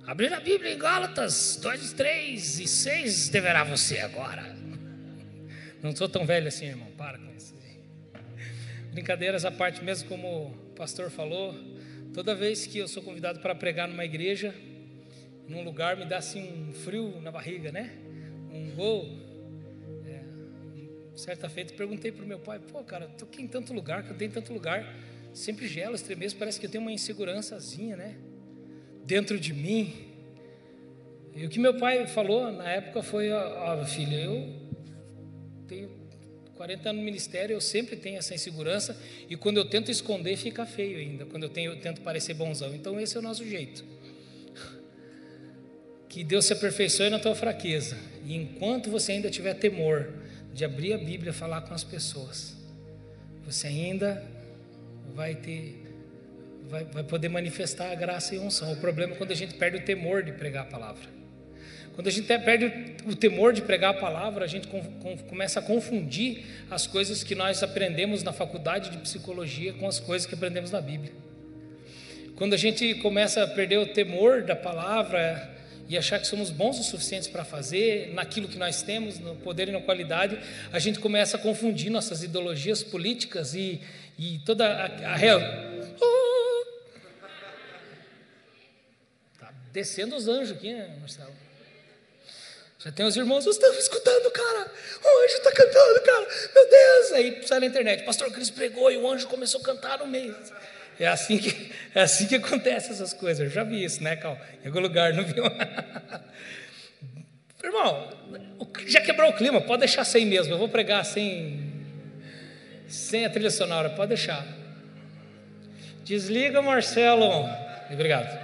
Abrir a Bíblia em Gálatas 2, 3 e 6 deverá você agora. Não sou tão velho assim, irmão, para com isso. Brincadeiras à parte, mesmo como o pastor falou, toda vez que eu sou convidado para pregar numa igreja, num lugar, me dá assim um frio na barriga, né? Um gol. Certa feita, perguntei para o meu pai, pô, cara, estou aqui em tanto lugar, cantei em tanto lugar, sempre gelo, estremeço, parece que eu tenho uma insegurançazinha, né? Dentro de mim. E o que meu pai falou na época foi, ó, filho, eu tenho 40 anos no ministério, eu sempre tenho essa insegurança, e quando eu tento esconder, fica feio ainda, quando eu tento parecer bonzão. Então esse é o nosso jeito. Que Deus se aperfeiçoe na tua fraqueza, e enquanto você ainda tiver temor de abrir a Bíblia e falar com as pessoas, você ainda vai poder manifestar a graça e a unção. O problema é quando a gente perde o temor de pregar a palavra. Quando a gente perde o temor de pregar a palavra, a gente começa a confundir as coisas que nós aprendemos na faculdade de psicologia com as coisas que aprendemos na Bíblia. Quando a gente começa a perder o temor da palavra e achar que somos bons o suficientes para fazer, naquilo que nós temos, no poder e na qualidade, a gente começa a confundir nossas ideologias políticas e toda a real... Tá descendo os anjos aqui, né, Marcelo? Já tem os irmãos, estamos escutando, cara, o anjo está cantando, cara, meu Deus. Aí sai na internet, pastor Cris pregou e o anjo começou a cantar no meio. É assim que acontece essas coisas. Eu já vi isso, né, Cal? Em algum lugar, não viu? Irmão, já quebrou o clima, pode deixar sem mesmo. Eu vou pregar sem a trilha sonora, pode deixar. Desliga, Marcelo. Obrigado.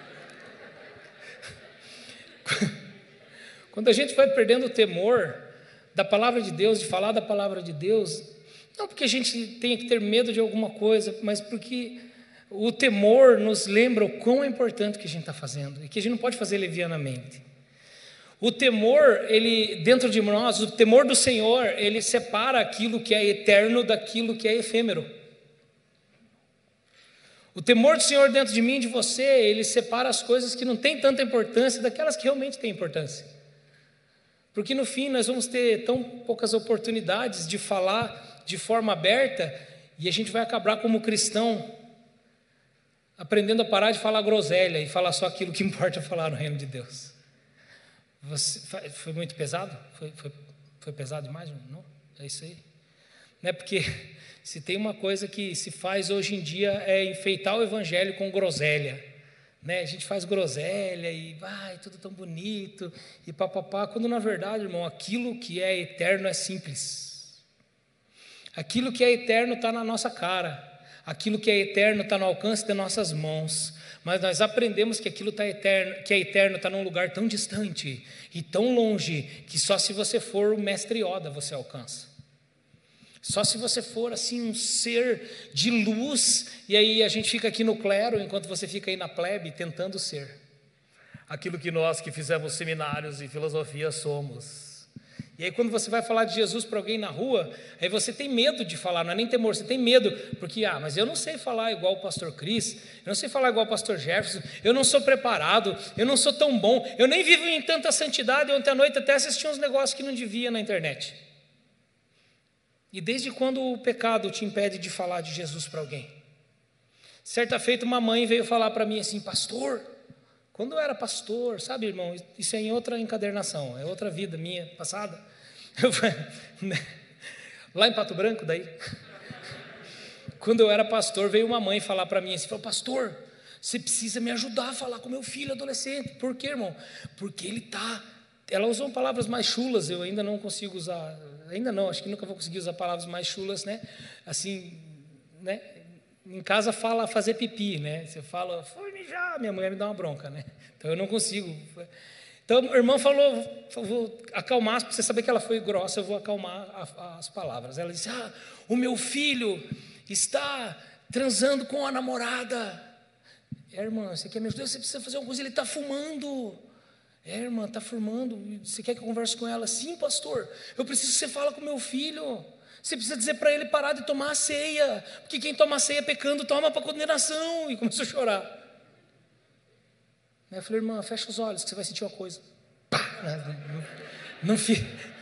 Quando a gente vai perdendo o temor da palavra de Deus, de falar da palavra de Deus, não porque a gente tenha que ter medo de alguma coisa, mas porque o temor nos lembra o quão é importante o que a gente está fazendo e que a gente não pode fazer levianamente. O temor, ele dentro de nós, o temor do Senhor, ele separa aquilo que é eterno daquilo que é efêmero. O temor do Senhor dentro de mim e de você, ele separa as coisas que não têm tanta importância daquelas que realmente têm importância. Porque no fim nós vamos ter tão poucas oportunidades de falar de forma aberta e a gente vai acabar como cristão aprendendo a parar de falar groselha e falar só aquilo que importa falar no reino de Deus. Foi muito pesado? Foi pesado demais? Não? É isso aí? Não é porque se tem uma coisa que se faz hoje em dia é enfeitar o evangelho com groselha. Né? A gente faz groselha e tudo tão bonito e papapá, quando na verdade, irmão, aquilo que é eterno é simples. Aquilo que é eterno está na nossa cara, aquilo que é eterno está no alcance de nossas mãos, mas nós aprendemos que aquilo que é eterno está num lugar tão distante e tão longe que só se você for o mestre Yoda você alcança. Só se você for assim um ser de luz, e aí a gente fica aqui no clero, enquanto você fica aí na plebe tentando ser aquilo que nós que fizemos seminários e filosofia somos. E aí quando você vai falar de Jesus para alguém na rua, aí você tem medo de falar, não é nem temor, você tem medo, porque mas eu não sei falar igual o pastor Cris, eu não sei falar igual o pastor Jefferson, eu não sou preparado, eu não sou tão bom, eu nem vivo em tanta santidade. Ontem à noite até assisti uns negócios que não devia na internet. E desde quando o pecado te impede de falar de Jesus para alguém? Certa feita uma mãe veio falar para mim assim, pastor, quando eu era pastor, sabe, irmão, isso é em outra encadernação, é outra vida minha passada. Lá em Pato Branco, daí, quando eu era pastor, veio uma mãe falar para mim assim, falou, pastor, você precisa me ajudar a falar com meu filho adolescente. Por quê, irmão? Porque ela usou palavras mais chulas, eu ainda não consigo usar, acho que nunca vou conseguir usar palavras mais chulas, né? Assim, né? Em casa fala fazer pipi, né? Você fala, foi mijar, minha mulher me dá uma bronca, né? Então eu não consigo. Então a irmã falou, vou acalmar, para você saber que ela foi grossa, eu vou acalmar as palavras. Ela disse, o meu filho está transando com a namorada. Irmã, você quer me ajudar? Você precisa fazer alguma coisa, ele está fumando. Irmã, está fumando, você quer que eu converse com ela? Sim, pastor, eu preciso que você fale com meu filho. Você precisa dizer para ele parar de tomar a ceia, porque quem toma a ceia pecando toma para condenação. E começou a chorar. Eu falei, irmã, fecha os olhos que você vai sentir uma coisa. Pá! Não fiz.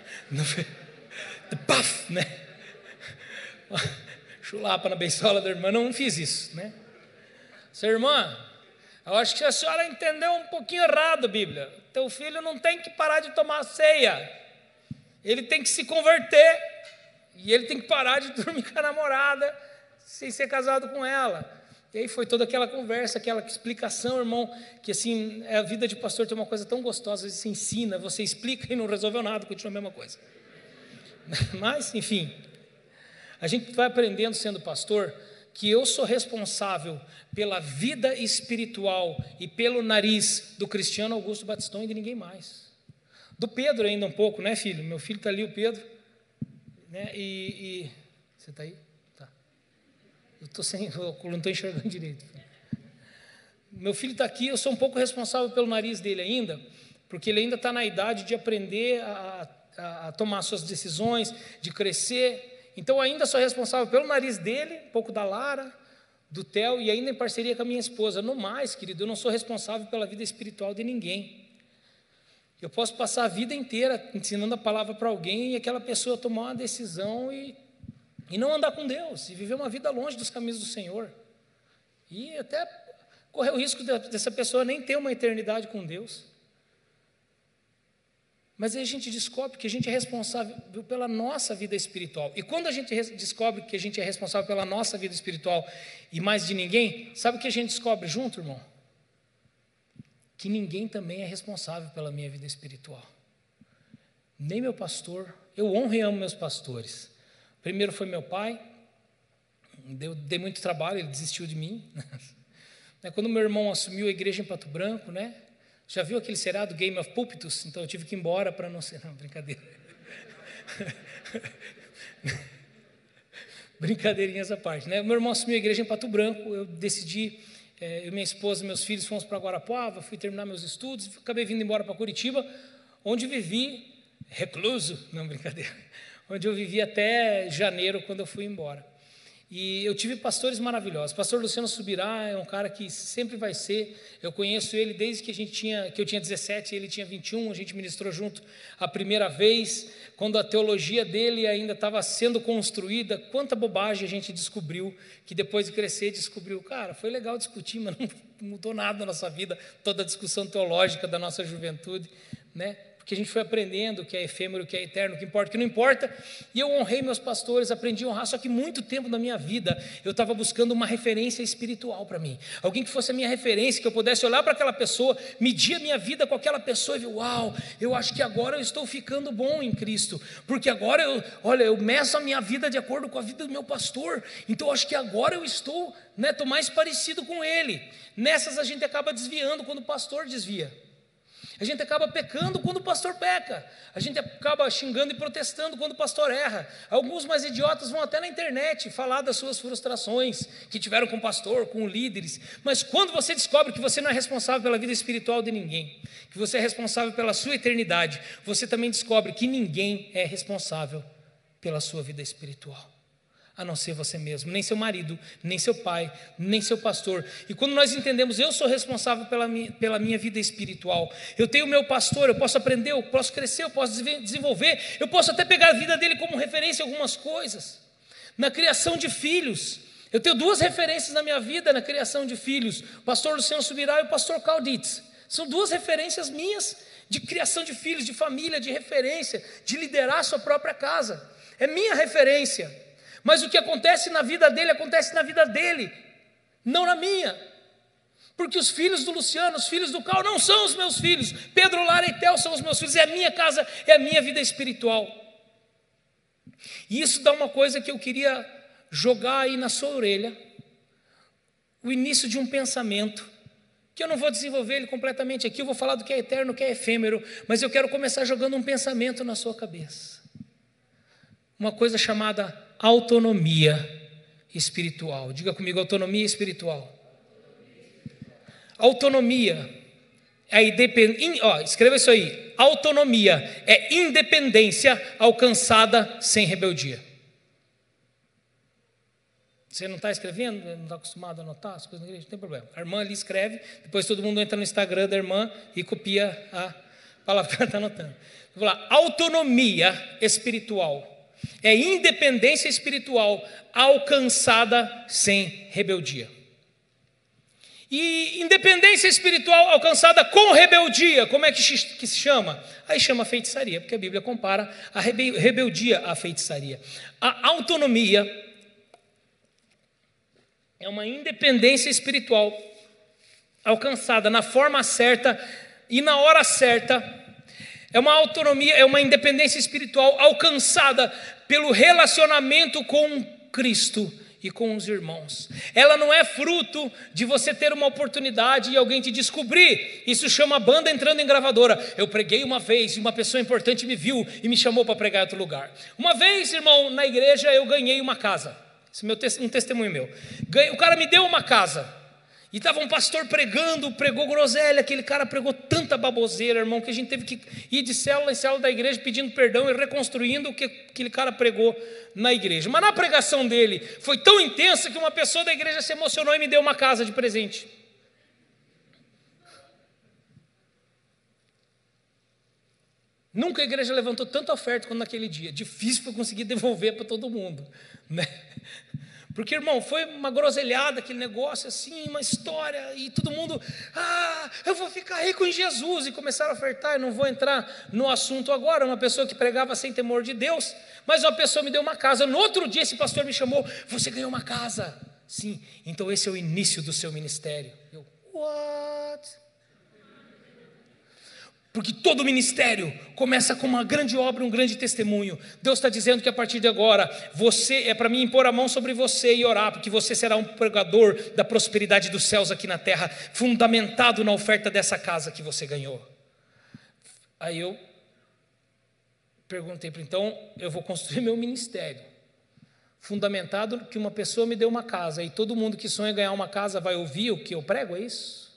Paf! Né? Chulapa na beisola da irmã, não fiz isso, né? Sua irmã, eu acho que a senhora entendeu um pouquinho errado a Bíblia. Teu filho não tem que parar de tomar ceia. Ele tem que se converter. E ele tem que parar de dormir com a namorada sem ser casado com ela. E aí foi toda aquela conversa, aquela explicação, irmão, que assim, a vida de pastor tem uma coisa tão gostosa, às vezes você ensina, você explica e não resolveu nada, continua a mesma coisa. Mas, enfim, a gente vai aprendendo sendo pastor que eu sou responsável pela vida espiritual e pelo nariz do Cristiano Augusto Batistão e de ninguém mais. Do Pedro ainda um pouco, né, filho? Meu filho está ali, o Pedro. Né? Você está aí? Tá. Eu estou sem óculos, não estou enxergando direito. Meu filho está aqui, eu sou um pouco responsável pelo nariz dele ainda, porque ele ainda está na idade de aprender a tomar suas decisões, de crescer. Então, ainda sou responsável pelo nariz dele, um pouco da Lara, do Theo, e ainda em parceria com a minha esposa. No mais, querido, eu não sou responsável pela vida espiritual de ninguém. Eu posso passar a vida inteira ensinando a palavra para alguém e aquela pessoa tomar uma decisão e não andar com Deus, e viver uma vida longe dos caminhos do Senhor. E até correr o risco dessa pessoa nem ter uma eternidade com Deus. Mas aí a gente descobre que a gente é responsável pela nossa vida espiritual. E quando a gente descobre que a gente é responsável pela nossa vida espiritual e mais de ninguém, sabe o que a gente descobre junto, irmão? Que ninguém também é responsável pela minha vida espiritual. Nem meu pastor. Eu honro e amo meus pastores. Primeiro foi meu pai. Dei muito trabalho, ele desistiu de mim. Quando meu irmão assumiu a igreja em Pato Branco, né? Já viu aquele seriado Game of Púlpitos? Então eu tive que ir embora para não ser... Não, brincadeira. Brincadeirinhas à parte, né? Meu irmão assumiu a igreja em Pato Branco, eu decidi, eu, minha esposa e meus filhos fomos para Guarapuava, fui terminar meus estudos, acabei vindo embora para Curitiba, onde vivi recluso, não, brincadeira, onde eu vivi até janeiro, quando eu fui embora. E eu tive pastores maravilhosos. Pastor Luciano Subirá é um cara que sempre vai ser. Eu conheço ele desde que eu tinha 17 e ele tinha 21. A gente ministrou junto a primeira vez, quando a teologia dele ainda estava sendo construída. Quanta bobagem a gente descobriu, que depois de crescer descobriu. Cara, foi legal discutir, mas não mudou nada na nossa vida, toda a discussão teológica da nossa juventude, né? Porque a gente foi aprendendo o que é efêmero, o que é eterno, o que importa, o que não importa, e eu honrei meus pastores, aprendi a honrar, só que muito tempo da minha vida, eu estava buscando uma referência espiritual para mim, alguém que fosse a minha referência, que eu pudesse olhar para aquela pessoa, medir a minha vida com aquela pessoa e ver, uau, eu acho que agora eu estou ficando bom em Cristo, porque agora eu meço a minha vida de acordo com a vida do meu pastor, então eu acho que agora eu estou, né, estou mais parecido com ele. Nessas a gente acaba desviando quando o pastor desvia. A gente acaba pecando quando o pastor peca. A gente acaba xingando e protestando quando o pastor erra. Alguns mais idiotas vão até na internet falar das suas frustrações que tiveram com o pastor, com líderes. Mas quando você descobre que você não é responsável pela vida espiritual de ninguém, que você é responsável pela sua eternidade, você também descobre que ninguém é responsável pela sua vida espiritual, a não ser você mesmo, nem seu marido, nem seu pai, nem seu pastor. E quando nós entendemos, eu sou responsável pela minha vida espiritual, eu tenho o meu pastor, eu posso aprender, eu posso crescer, eu posso desenvolver, eu posso até pegar a vida dele como referência em algumas coisas. Na criação de filhos, eu tenho duas referências na minha vida na criação de filhos, o pastor Luciano Subirá e o pastor Carl Dietz. São duas referências minhas de criação de filhos, de família, de referência, de liderar a sua própria casa. É minha referência. Mas o que acontece na vida dele, acontece na vida dele, não na minha. Porque os filhos do Luciano, os filhos do Carl não são os meus filhos. Pedro, Lara e Theo são os meus filhos, é a minha casa, é a minha vida espiritual. E isso dá uma coisa que eu queria jogar aí na sua orelha, o início de um pensamento, que eu não vou desenvolver ele completamente aqui, eu vou falar do que é eterno, do que é efêmero, mas eu quero começar jogando um pensamento na sua cabeça. Uma coisa chamada autonomia espiritual. Diga comigo, autonomia espiritual. Autonomia é escreva isso aí. Autonomia é independência alcançada sem rebeldia. Você não está escrevendo? Não está acostumado a anotar as coisas na igreja? Não tem problema. A irmã ali escreve, depois todo mundo entra no Instagram da irmã e copia a palavra que ela está anotando. Vou lá. Autonomia espiritual é independência espiritual alcançada sem rebeldia. E independência espiritual alcançada com rebeldia, como é que se chama? Aí chama feitiçaria, porque a Bíblia compara a rebeldia à feitiçaria. A autonomia é uma independência espiritual alcançada na forma certa e na hora certa. É uma autonomia, é uma independência espiritual alcançada pelo relacionamento com Cristo e com os irmãos. Ela não é fruto de você ter uma oportunidade e alguém te descobrir. Isso chama banda entrando em gravadora. Eu preguei uma vez e uma pessoa importante me viu e me chamou para pregar em outro lugar. Uma vez, irmão, na igreja eu ganhei uma casa. Esse é um testemunho meu. O cara me deu uma casa. E estava um pastor pregou groselha, aquele cara pregou tanta baboseira, irmão, que a gente teve que ir de célula em célula da igreja pedindo perdão e reconstruindo o que aquele cara pregou na igreja. Mas na pregação dele foi tão intensa que uma pessoa da igreja se emocionou e me deu uma casa de presente. Nunca a igreja levantou tanta oferta quanto naquele dia. Difícil para conseguir devolver para todo mundo, né? Porque, irmão, foi uma groselhada aquele negócio assim, uma história, e todo mundo, eu vou ficar rico em Jesus, e começaram a ofertar. Eu não vou entrar no assunto agora. Uma pessoa que pregava sem temor de Deus, mas uma pessoa me deu uma casa. No outro dia esse pastor me chamou: você ganhou uma casa. Sim, então esse é o início do seu ministério. Eu, what? Porque todo ministério começa com uma grande obra, um grande testemunho. Deus está dizendo que a partir de agora, é para mim impor a mão sobre você e orar, porque você será um pregador da prosperidade dos céus aqui na terra, fundamentado na oferta dessa casa que você ganhou. Aí eu perguntei, então eu vou construir meu ministério, fundamentado que uma pessoa me deu uma casa, e todo mundo que sonha ganhar uma casa vai ouvir o que eu prego, é isso?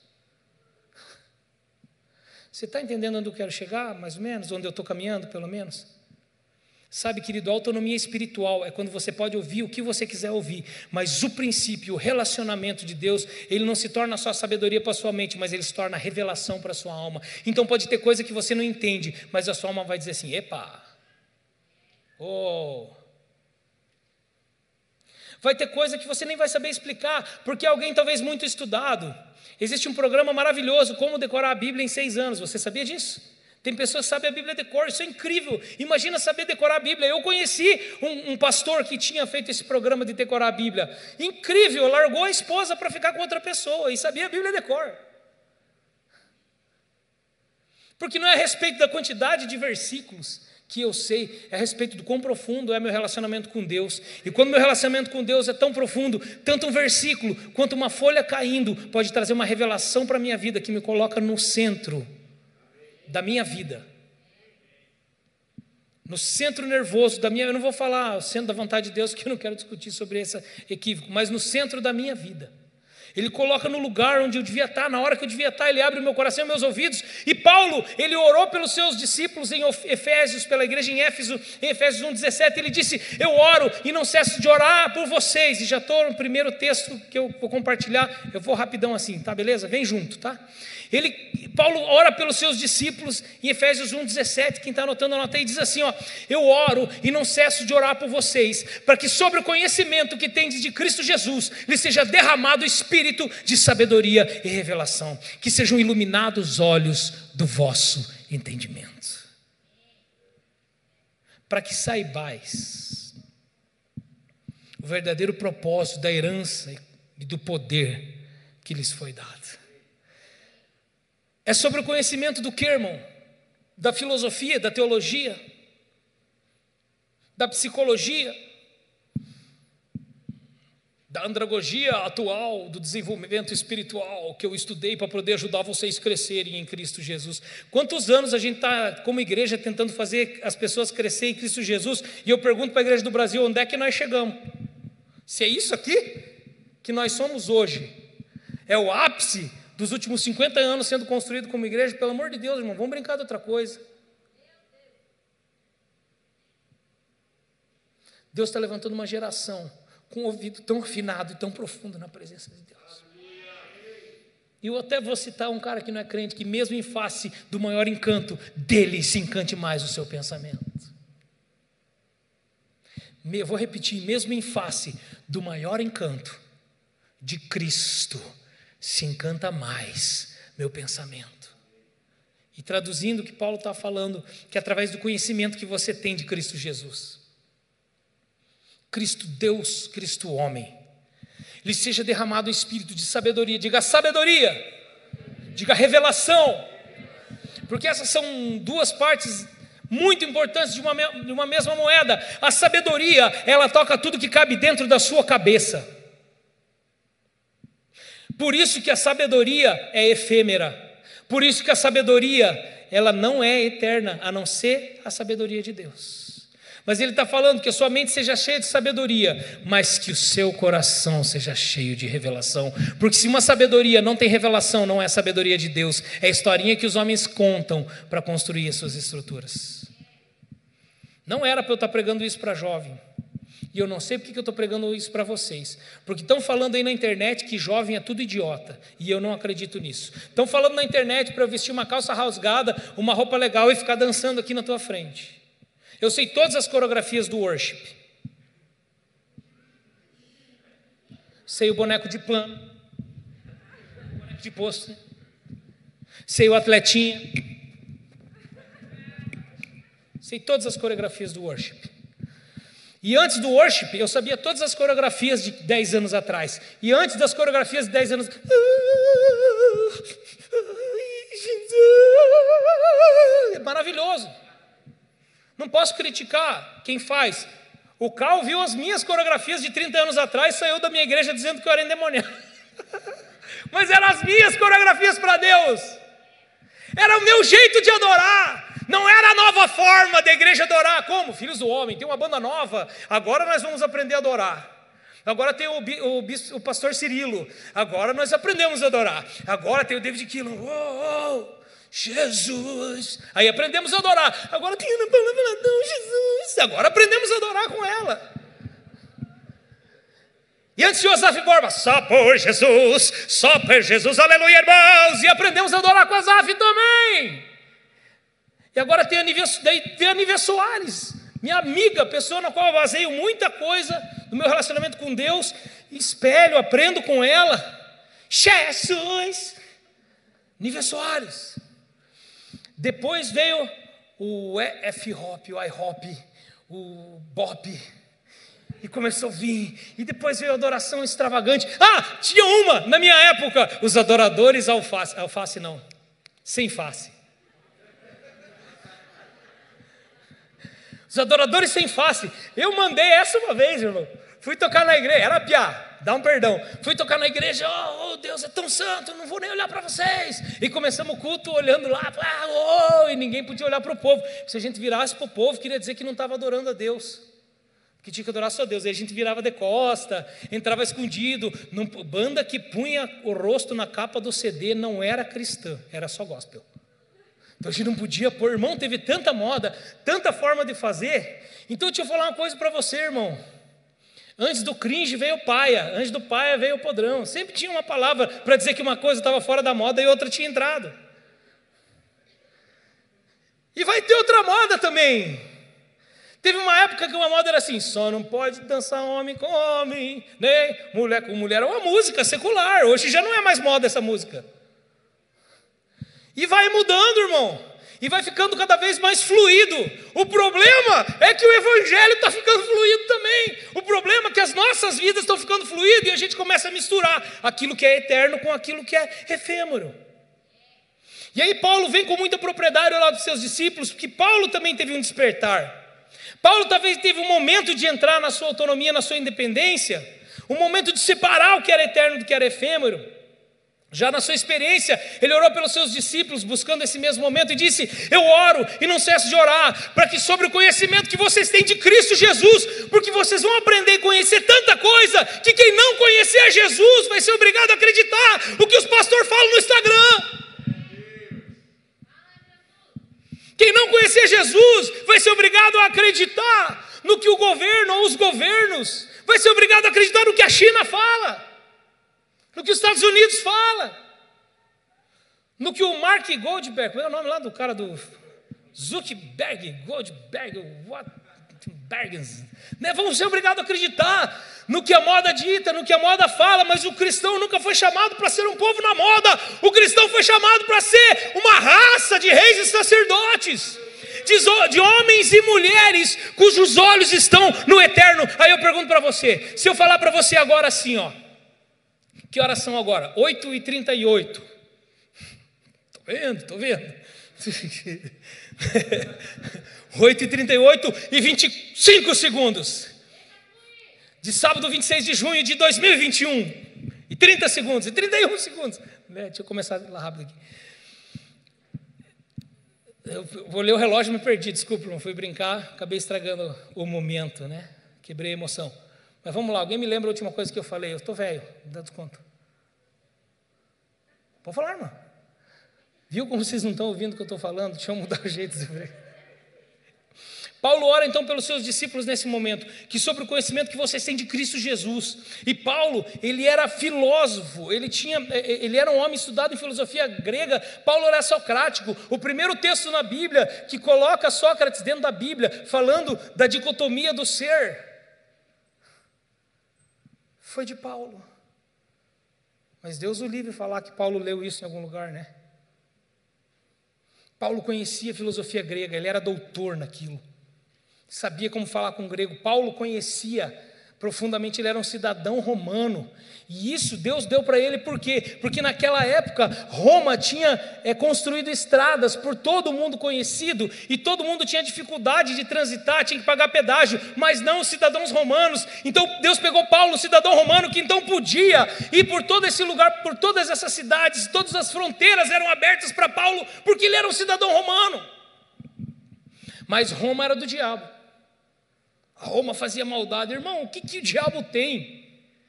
Você está entendendo onde eu quero chegar, mais ou menos? Onde eu estou caminhando, pelo menos? Sabe, querido, a autonomia espiritual é quando você pode ouvir o que você quiser ouvir, mas o princípio, o relacionamento de Deus, ele não se torna só sabedoria para a sua mente, mas ele se torna revelação para a sua alma. Então pode ter coisa que você não entende, mas a sua alma vai dizer assim: epa, vai ter coisa que você nem vai saber explicar, porque alguém talvez muito estudado. Existe um programa maravilhoso, como decorar a Bíblia em 6 anos, você sabia disso? Tem pessoas que sabem a Bíblia de cor, isso é incrível. Imagina saber decorar a Bíblia. Eu conheci um pastor que tinha feito esse programa de decorar a Bíblia. Incrível, largou a esposa para ficar com outra pessoa e sabia a Bíblia de cor. Porque não é a respeito da quantidade de versículos que eu sei, é a respeito do quão profundo é meu relacionamento com Deus. E quando meu relacionamento com Deus é tão profundo, tanto um versículo quanto uma folha caindo pode trazer uma revelação para a minha vida que me coloca no centro da minha vida, no centro nervoso da minha. Eu não vou falar o centro da vontade de Deus, porque eu não quero discutir sobre esse equívoco, mas no centro da minha vida. Ele coloca no lugar onde eu devia estar, na hora que eu devia estar. Ele abre o meu coração e meus ouvidos. E Paulo, ele orou pelos seus discípulos em Efésios, pela igreja em Éfeso, em Efésios 1,17, ele disse: eu oro e não cesso de orar por vocês. E já estou no primeiro texto que eu vou compartilhar. Eu vou rapidão assim, tá, beleza? Vem junto, tá? Paulo ora pelos seus discípulos em Efésios 1,17, quem está anotando, anota aí, diz assim: eu oro e não cesso de orar por vocês, para que sobre o conhecimento que tendes de Cristo Jesus, lhe seja derramado o espírito de sabedoria e revelação, que sejam iluminados os olhos do vosso entendimento, para que saibais o verdadeiro propósito da herança e do poder que lhes foi dado. É sobre o conhecimento do que, irmão? Da filosofia, da teologia, da psicologia, da andragogia atual, do desenvolvimento espiritual que eu estudei para poder ajudar vocês a crescerem em Cristo Jesus. Quantos anos a gente está como igreja tentando fazer as pessoas crescerem em Cristo Jesus, e eu pergunto para a igreja do Brasil, onde é que nós chegamos? Se é isso aqui que nós somos hoje, é o ápice dos últimos 50 anos sendo construído como igreja, pelo amor de Deus, irmão, vamos brincar de outra coisa. Deus está levantando uma geração com um ouvido tão afinado e tão profundo na presença de Deus. E eu até vou citar um cara que não é crente, que mesmo em face do maior encanto, dele se encante mais o seu pensamento. Eu vou repetir, mesmo em face do maior encanto de Cristo, se encanta mais meu pensamento. E traduzindo o que Paulo está falando, que é através do conhecimento que você tem de Cristo Jesus, Cristo Deus, Cristo homem, lhe seja derramado o espírito de sabedoria, diga revelação, porque essas são duas partes muito importantes de uma mesma moeda. A sabedoria, ela toca tudo que cabe dentro da sua cabeça. Por isso que a sabedoria é efêmera. Por isso que a sabedoria, ela não é eterna, a não ser a sabedoria de Deus. Mas ele está falando que a sua mente seja cheia de sabedoria, mas que o seu coração seja cheio de revelação. Porque se uma sabedoria não tem revelação, não é a sabedoria de Deus, é a historinha que os homens contam para construir as suas estruturas. Não era para eu estar pregando isso para jovem. E eu não sei porque eu estou pregando isso para vocês. Porque estão falando aí na internet que jovem é tudo idiota. E eu não acredito nisso. Estão falando na internet para eu vestir uma calça rasgada, uma roupa legal e ficar dançando aqui na tua frente. Eu sei todas as coreografias do worship. Sei o boneco de pano. Boneco de posto. Sei o atletinha. Sei todas as coreografias do worship. E antes do worship, eu sabia todas as coreografias de 10 anos atrás. E antes das coreografias de 10 anos... É maravilhoso. Não posso criticar quem faz. O Cal viu as minhas coreografias de 30 anos atrás e saiu da minha igreja dizendo que eu era endemoniado. Mas eram as minhas coreografias para Deus. Era o meu jeito de adorar. Não era a nova forma da igreja adorar. Como? Filhos do homem, tem uma banda nova. Agora nós vamos aprender a adorar. Agora tem o pastor Cirilo. Agora nós aprendemos a adorar. Agora tem o David Keelan. Jesus. Aí aprendemos a adorar. Agora tem a palavra não, Jesus. Agora aprendemos a adorar com ela. E antes de Asaf Borba, só por Jesus, aleluia, irmãos. E aprendemos a adorar com Asaf também. E agora tem a Nívia Soares, minha amiga, pessoa na qual eu baseio muita coisa do meu relacionamento com Deus, espelho, aprendo com ela. Jesus, Nívia Soares. Depois veio o F-Hop, o I-Hop, o Bop, e começou a vir. E depois veio a adoração extravagante. Tinha uma, na minha época, os adoradores alface não, sem face. Os adoradores sem face. Eu mandei essa uma vez, irmão. Fui tocar na igreja, era piá, dá um perdão. Fui tocar na igreja, Deus é tão santo, não vou nem olhar para vocês. E começamos o culto olhando lá, e ninguém podia olhar para o povo. Se a gente virasse para o povo, queria dizer que não estava adorando a Deus, que tinha que adorar só a Deus. Aí a gente virava de costa, entrava escondido. Banda que punha o rosto na capa do CD não era cristã, era só gospel. Então a gente não podia pôr, irmão, teve tanta moda, tanta forma de fazer. Então deixa eu falar uma coisa para você, irmão. Antes do cringe veio o paia, antes do paia veio o podrão. Sempre tinha uma palavra para dizer que uma coisa estava fora da moda e outra tinha entrado. E vai ter outra moda também. Teve uma época que uma moda era assim, só não pode dançar homem com homem, nem mulher com mulher. É uma música secular, hoje já não é mais moda essa música. E vai mudando, irmão. E vai ficando cada vez mais fluido. O problema é que o evangelho está ficando fluido também. O problema é que as nossas vidas estão ficando fluídas e a gente começa a misturar aquilo que é eterno com aquilo que é efêmero. E aí Paulo vem com muita propriedade ao lado dos seus discípulos, porque Paulo também teve um despertar. Paulo talvez teve um momento de entrar na sua autonomia, na sua independência, um momento de separar o que era eterno do que era efêmero. Já na sua experiência, ele orou pelos seus discípulos, buscando esse mesmo momento, e disse: eu oro e não cesso de orar, para que sobre o conhecimento que vocês têm de Cristo Jesus, porque vocês vão aprender a conhecer tanta coisa, que quem não conhecer Jesus vai ser obrigado a acreditar o que os pastores falam no Instagram. Quem não conhecer Jesus vai ser obrigado a acreditar no que o governo ou os governos vai ser obrigado a acreditar no que a China fala, no que os Estados Unidos fala, no que o Mark Goldberg, qual é o nome lá do cara do Zuckerberg, Goldberg, né? Vamos ser obrigados a acreditar no que a moda dita, no que a moda fala, mas o cristão nunca foi chamado para ser um povo na moda, o cristão foi chamado para ser uma raça de reis e sacerdotes, de homens e mulheres cujos olhos estão no eterno. Aí eu pergunto para você, se eu falar para você agora assim, ó, que horas são agora? 8h38. Estou vendo. 8h38 e 25 segundos. De sábado 26 de junho de 2021. E 30 segundos, e 31 segundos. Deixa eu começar lá rápido aqui. Eu vou ler o relógio e me perdi, desculpa, não fui brincar, acabei estragando o momento, né? Quebrei a emoção. Mas vamos lá, alguém me lembra a última coisa que eu falei? Eu estou velho, me dá desconto. Pode falar, irmão. Viu como vocês não estão ouvindo o que eu estou falando? Deixa eu mudar o jeito de ver. Paulo ora então pelos seus discípulos nesse momento, que sobre o conhecimento que vocês têm de Cristo Jesus. E Paulo, ele era filósofo, ele era um homem estudado em filosofia grega. Paulo era socrático. O primeiro texto na Bíblia que coloca Sócrates dentro da Bíblia, falando da dicotomia do ser, foi de Paulo. Mas Deus o livre falar que Paulo leu isso em algum lugar, né? Paulo conhecia a filosofia grega, ele era doutor naquilo. Sabia como falar com o grego. Paulo conhecia profundamente, ele era um cidadão romano. E isso Deus deu para ele por quê? Porque naquela época Roma tinha construído estradas por todo o mundo conhecido, e todo mundo tinha dificuldade de transitar, tinha que pagar pedágio, mas não os cidadãos romanos. Então Deus pegou Paulo, cidadão romano, que então podia ir por todo esse lugar, por todas essas cidades, todas as fronteiras eram abertas para Paulo, porque ele era um cidadão romano. Mas Roma era do diabo. Roma fazia maldade. Irmão, o que o diabo tem?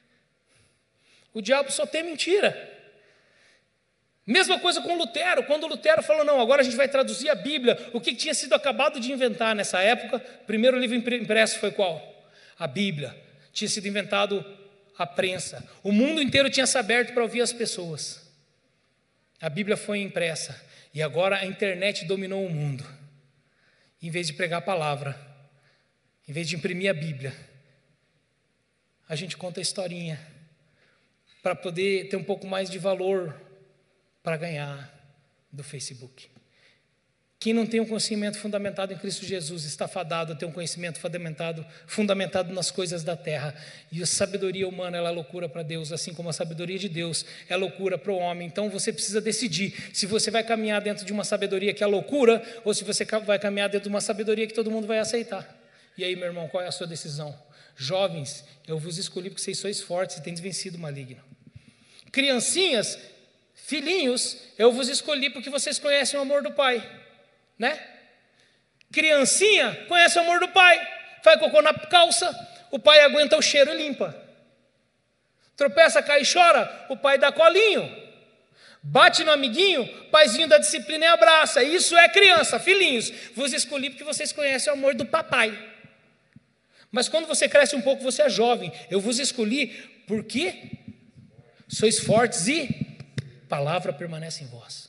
O diabo só tem mentira. Mesma coisa com Lutero. Quando Lutero falou, não, agora a gente vai traduzir a Bíblia. O que tinha sido acabado de inventar nessa época? O primeiro livro impresso foi qual? A Bíblia. Tinha sido inventado a prensa. O mundo inteiro tinha se aberto para ouvir as pessoas. A Bíblia foi impressa. E agora a internet dominou o mundo. Em vez de pregar a palavra, em vez de imprimir a Bíblia, a gente conta a historinha para poder ter um pouco mais de valor para ganhar do Facebook. Quem não tem um conhecimento fundamentado em Cristo Jesus está fadado a ter um conhecimento fundamentado nas coisas da terra. E a sabedoria humana ela é loucura para Deus, assim como a sabedoria de Deus é loucura para o homem. Então você precisa decidir se você vai caminhar dentro de uma sabedoria que é loucura, ou se você vai caminhar dentro de uma sabedoria que todo mundo vai aceitar. E aí, meu irmão, qual é a sua decisão? Jovens, eu vos escolhi porque vocês sois fortes e tendes vencido o maligno. Criancinhas, filhinhos, eu vos escolhi porque vocês conhecem o amor do Pai, né? Criancinha conhece o amor do Pai, faz cocô na calça, o pai aguenta o cheiro e limpa. Tropeça, cai e chora, o pai dá colinho. Bate no amiguinho, paizinho da disciplina e abraça. Isso é criança, filhinhos. Vos escolhi porque vocês conhecem o amor do papai. Mas quando você cresce um pouco, você é jovem. Eu vos escolhi porque sois fortes e palavra permanece em vós.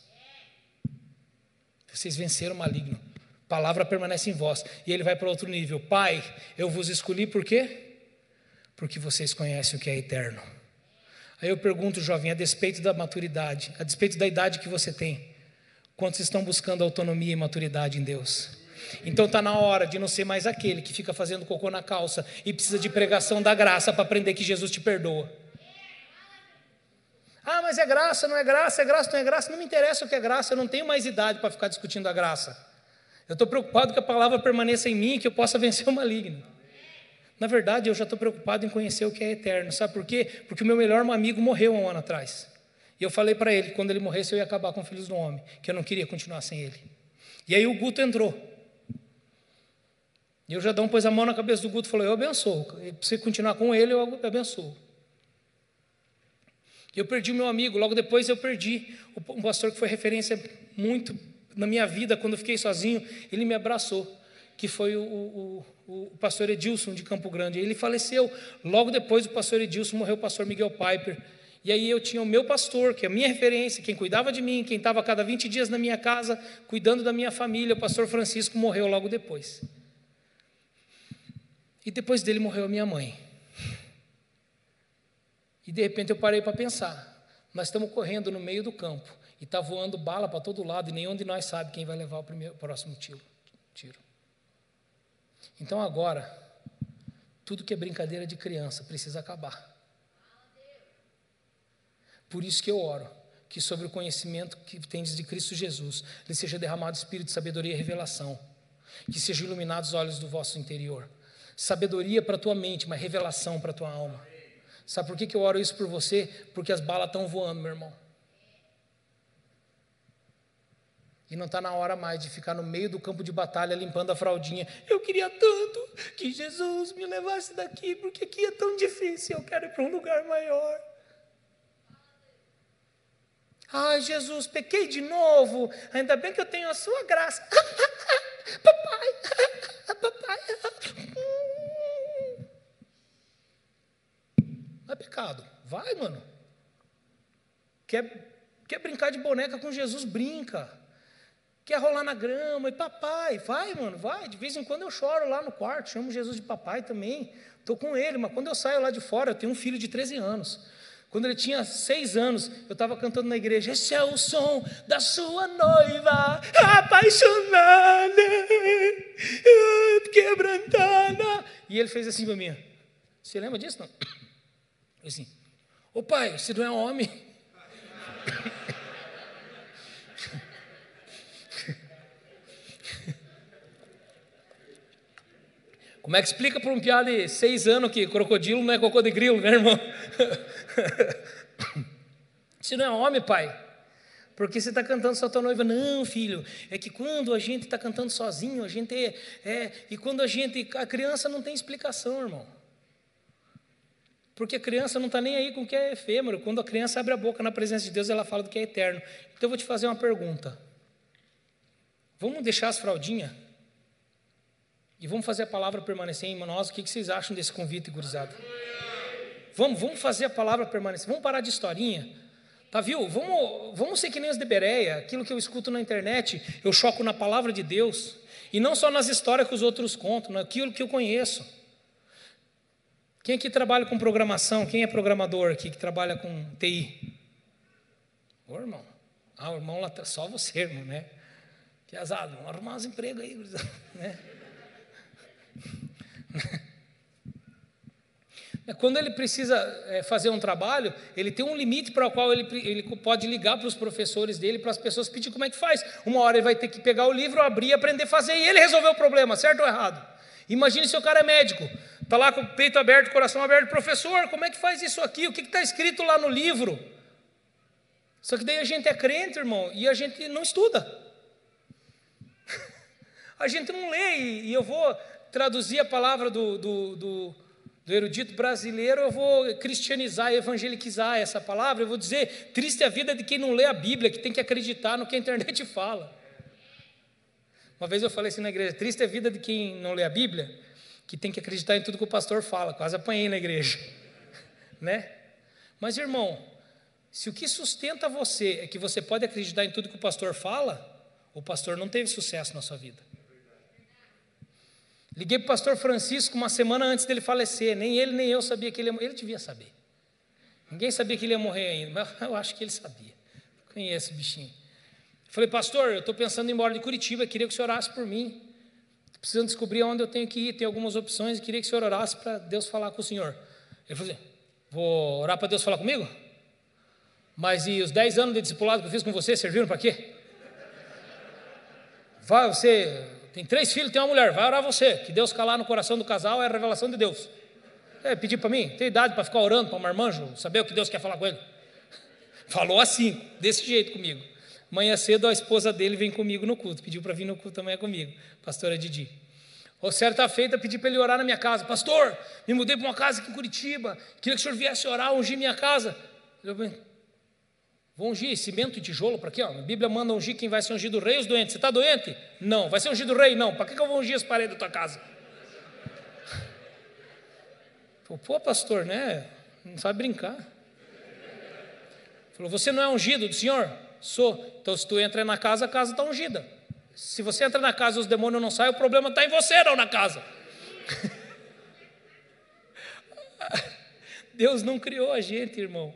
Vocês venceram o maligno. Palavra permanece em vós. E ele vai para outro nível. Pai, eu vos escolhi por quê? Porque vocês conhecem o que é eterno. Aí eu pergunto, jovem, a despeito da maturidade, a despeito da idade que você tem, quantos estão buscando autonomia e maturidade em Deus? Então está na hora de não ser mais aquele que fica fazendo cocô na calça e precisa de pregação da graça para aprender que Jesus te perdoa. Ah, mas é graça, não é graça, é graça, não é graça. Não me interessa o que é graça, eu não tenho mais idade para ficar discutindo a graça. Eu estou preocupado que a palavra permaneça em mim e que eu possa vencer o maligno. Na verdade, eu já estou preocupado em conhecer o que é eterno. Sabe por quê? Porque o meu melhor amigo morreu há um ano atrás. E eu falei para ele que quando ele morresse eu ia acabar com Filhos do Homem, que eu não queria continuar sem ele. E aí o Guto entrou. E eu já pôs a mão na cabeça do Guto e falou, eu abençoo. Se você continuar com ele, eu abençoo. Eu perdi o meu amigo, logo depois eu perdi um pastor que foi referência muito na minha vida, quando eu fiquei sozinho, ele me abraçou. que foi o pastor Edilson de Campo Grande. Ele faleceu. Logo depois do pastor Edilson morreu o pastor Miguel Piper. E aí eu tinha o meu pastor, que é a minha referência, quem cuidava de mim, quem estava a cada 20 dias na minha casa, cuidando da minha família. O pastor Francisco morreu logo depois. E depois dele morreu a minha mãe. E de repente eu parei para pensar. Nós estamos correndo no meio do campo e está voando bala para todo lado e nenhum de nós sabe quem vai levar o próximo tiro. Então agora, tudo que é brincadeira de criança precisa acabar. Por isso que eu oro, que sobre o conhecimento que tendes de Cristo Jesus, lhe seja derramado espírito de sabedoria e revelação, que sejam iluminados os olhos do vosso interior. Sabedoria para a tua mente, mas revelação para a tua alma. Sabe por que eu oro isso por você? Porque as balas estão voando, meu irmão. E não está na hora mais de ficar no meio do campo de batalha limpando a fraldinha. Eu queria tanto que Jesus me levasse daqui, porque aqui é tão difícil, eu quero ir para um lugar maior. Ai, Jesus, pequei de novo, ainda bem que eu tenho a sua graça. Papai. Não é pecado, vai, mano. Quer brincar de boneca com Jesus, brinca. Quer rolar na grama, e papai, vai, mano, vai. De vez em quando eu choro lá no quarto, chamo Jesus de papai também. Estou com ele, mas quando eu saio lá de fora, eu tenho um filho de 13 anos. Quando ele tinha 6 anos, eu estava cantando na igreja, esse é o som da sua noiva, apaixonada, quebrantada. E ele fez assim para mim, você lembra disso, não? Eu assim, ô pai, você não é homem? Como é que explica para um piá de 6 anos que crocodilo não é cocô de grilo, né, irmão? Você não é homem, pai? Porque você está cantando só tua noiva. Não, filho, é que quando a gente está cantando sozinho, a gente e quando a criança não tem explicação, irmão. Porque a criança não está nem aí com o que é efêmero. Quando a criança abre a boca na presença de Deus, ela fala do que é eterno. Então eu vou te fazer uma pergunta. Vamos deixar as fraldinhas? E vamos fazer a palavra permanecer em nós. O que vocês acham desse convite, gurizada? Vamos fazer a palavra permanecer. Vamos parar de historinha. Tá, viu? Vamos ser que nem os de Bereia. Aquilo que eu escuto na internet, eu choco na palavra de Deus. E não só nas histórias que os outros contam, naquilo que eu conheço. Quem aqui trabalha com programação? Quem é programador aqui que trabalha com TI? Ô, irmão. O irmão lá, só você, irmão, né? Piazado, vamos arrumar uns empregos aí, né? Quando ele precisa fazer um trabalho, ele tem um limite para o qual ele pode ligar para os professores dele, para as pessoas pedir como é que faz. Uma hora ele vai ter que pegar o livro, abrir e aprender a fazer, e ele resolveu o problema, certo ou errado? Imagine se o cara é médico, está lá com o peito aberto, coração aberto, professor, como é que faz isso aqui? O que está escrito lá no livro? Só que daí a gente é crente, irmão, e a gente não estuda. A gente não lê, e eu vou traduzir a palavra do erudito brasileiro, eu vou cristianizar, evangelicizar essa palavra, eu vou dizer, triste é a vida de quem não lê a Bíblia, que tem que acreditar no que a internet fala. Uma vez eu falei assim na igreja, triste é a vida de quem não lê a Bíblia, que tem que acreditar em tudo que o pastor fala, quase apanhei na igreja, né? Mas irmão, se o que sustenta você é que você pode acreditar em tudo que o pastor fala, o pastor não teve sucesso na sua vida. Liguei para o pastor Francisco uma semana antes dele falecer, nem ele nem eu sabia que ele devia saber. Ninguém sabia que ele ia morrer ainda, mas eu acho que ele sabia. Conheço o bichinho. Falei, pastor, eu estou pensando em ir embora de Curitiba, queria que o senhor orasse por mim. Estou precisando descobrir onde eu tenho que ir, tem algumas opções, queria que o senhor orasse para Deus falar com o senhor. Ele falou assim, vou orar para Deus falar comigo? Mas e os 10 anos de discipulado que eu fiz com você, serviram para quê? Vai, você tem 3 filhos, tem uma mulher, vai orar você, que Deus calar no coração do casal é a revelação de Deus. Pedir para mim, tem idade para ficar orando para um marmanjo, saber o que Deus quer falar com ele? Falou assim, desse jeito comigo. Amanhã cedo a esposa dele vem comigo no culto, pediu para vir no culto amanhã comigo, pastora Didi. Certa feita, pedi para ele orar na minha casa. Pastor, me mudei para uma casa aqui em Curitiba, queria que o senhor viesse orar, ungir minha casa. Vou ungir cimento e tijolo para quê? A Bíblia manda ungir quem vai ser ungido rei e os doentes. Você está doente? Não. Vai ser ungido rei? Não. Para que eu vou ungir as paredes da tua casa? Pô, pastor, né? Não sabe brincar. Falou, você não é ungido do Senhor? Sou. Então se tu entra na casa, a casa está ungida. Se você entra na casa e os demônios não saem, o problema está em você, não na casa. Deus não criou a gente, irmão,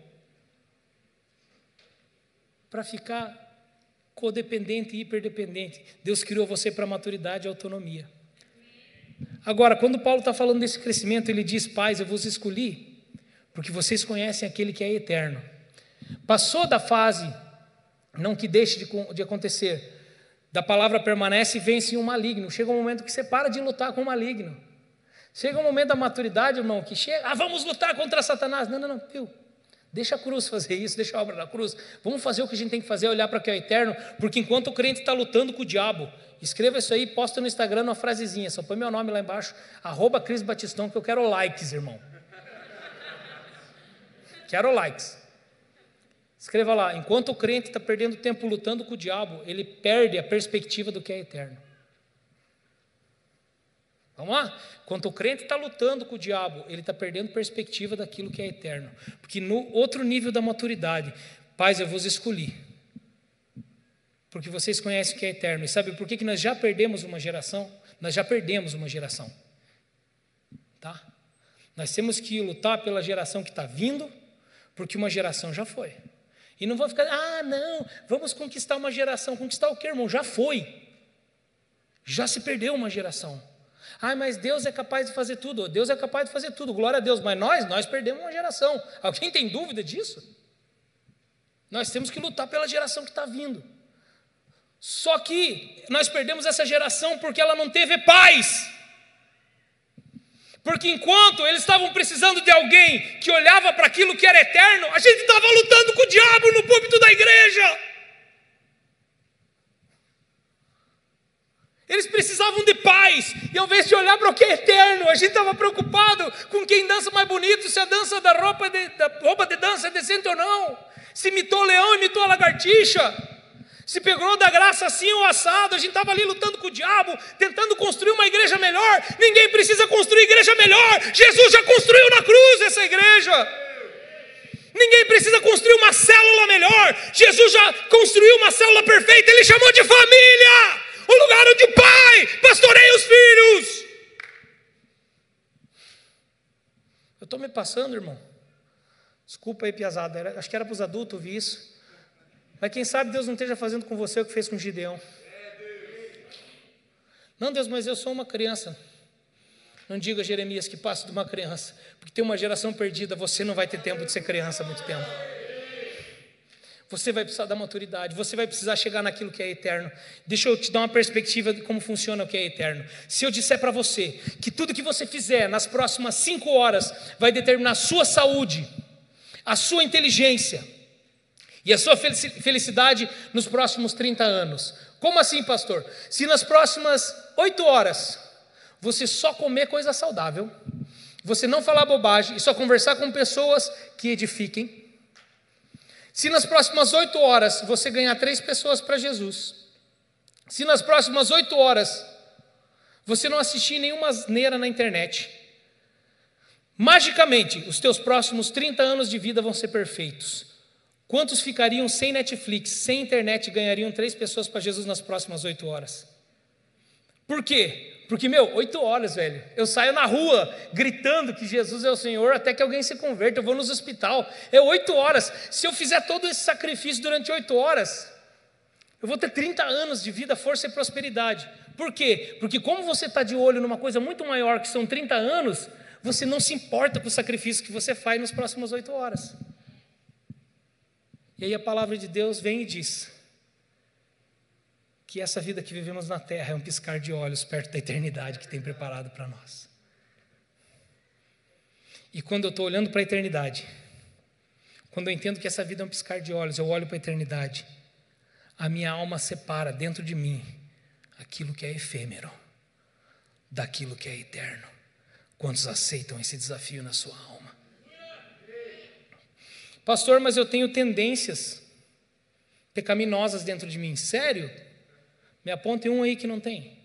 para ficar codependente e hiperdependente. Deus criou você para maturidade e autonomia. Agora, quando Paulo está falando desse crescimento, ele diz, pais, eu vos escolhi, porque vocês conhecem aquele que é eterno. Passou da fase, não que deixe de acontecer, da palavra permanece e vence um maligno. Chega um momento que você para de lutar com o maligno. Chega um momento da maturidade, irmão, que chega, vamos lutar contra Satanás. Não, viu? Deixa a cruz fazer isso, deixa a obra da cruz. Vamos fazer o que a gente tem que fazer, olhar para o que é eterno, porque enquanto o crente está lutando com o diabo, escreva isso aí, posta no Instagram uma frasezinha, só põe meu nome lá embaixo, @CrisBatistão, que eu quero likes, irmão. Quero likes. Escreva lá, enquanto o crente está perdendo tempo lutando com o diabo, ele perde a perspectiva do que é eterno. Vamos lá? Enquanto o crente está lutando com o diabo, ele está perdendo perspectiva daquilo que é eterno. Porque no outro nível da maturidade, pais, eu vos escolhi, porque vocês conhecem o que é eterno. E sabe por que nós já perdemos uma geração? Nós já perdemos uma geração. Tá? Nós temos que lutar pela geração que está vindo, porque uma geração já foi. E não vou ficar, não, vamos conquistar uma geração. Conquistar o quê, irmão? Já foi. Já se perdeu uma geração. Mas Deus é capaz de fazer tudo. Deus é capaz de fazer tudo, glória a Deus. Mas nós perdemos uma geração. Alguém tem dúvida disso? Nós temos que lutar pela geração que está vindo. Só que nós perdemos essa geração porque ela não teve paz. Porque enquanto eles estavam precisando de alguém que olhava para aquilo que era eterno, a gente estava lutando com o diabo no púlpito da igreja. Eles precisavam de paz, e ao invés de olhar para o que é eterno, a gente estava preocupado com quem dança mais bonito, se a dança da roupa de dança é decente ou não, se imitou o leão, imitou a lagartixa, se pegou da graça assim ou assado. A gente estava ali lutando com o diabo, tentando construir uma igreja melhor. Ninguém precisa construir igreja melhor, Jesus já construiu na cruz essa igreja. Ninguém precisa construir uma célula melhor, Jesus já construiu uma célula perfeita, Ele chamou de família. O lugar onde o pai pastoreia os filhos. Eu estou me passando, irmão. Desculpa aí, piazada. Acho que era para os adultos ouvir isso. Mas quem sabe Deus não esteja fazendo com você o que fez com Gideão. Não, Deus, mas eu sou uma criança. Não diga, Jeremias, que passo de uma criança. Porque tem uma geração perdida. Você não vai ter tempo de ser criança há muito tempo. Você vai precisar da maturidade, você vai precisar chegar naquilo que é eterno. Deixa eu te dar uma perspectiva de como funciona o que é eterno. Se eu disser para você que tudo que você fizer nas próximas 5 horas vai determinar a sua saúde, a sua inteligência e a sua felicidade nos próximos 30 anos. Como assim, pastor? Se nas próximas 8 horas você só comer coisa saudável, você não falar bobagem e só conversar com pessoas que edifiquem, se nas próximas 8 horas você ganhar 3 pessoas para Jesus, se nas próximas 8 horas você não assistir nenhuma asneira na internet, magicamente os teus próximos 30 anos de vida vão ser perfeitos. Quantos ficariam sem Netflix, sem internet e ganhariam 3 pessoas para Jesus nas próximas 8 horas? Por quê? Porque, 8 horas, velho, eu saio na rua gritando que Jesus é o Senhor até que alguém se converta, eu vou nos hospital, 8 horas, se eu fizer todo esse sacrifício durante 8 horas, eu vou ter 30 anos de vida, força e prosperidade. Por quê? Porque como você está de olho numa coisa muito maior, que são 30 anos, você não se importa com o sacrifício que você faz nas próximas 8 horas. E aí a palavra de Deus vem e diz que essa vida que vivemos na terra é um piscar de olhos perto da eternidade que tem preparado para nós. E quando eu estou olhando para a eternidade, quando eu entendo que essa vida é um piscar de olhos, eu olho para a eternidade, a minha alma separa dentro de mim aquilo que é efêmero daquilo que é eterno. Quantos aceitam esse desafio na sua alma? Pastor, mas eu tenho tendências. pecaminosas dentro de mim. Sério? Me apontem um aí que não tem.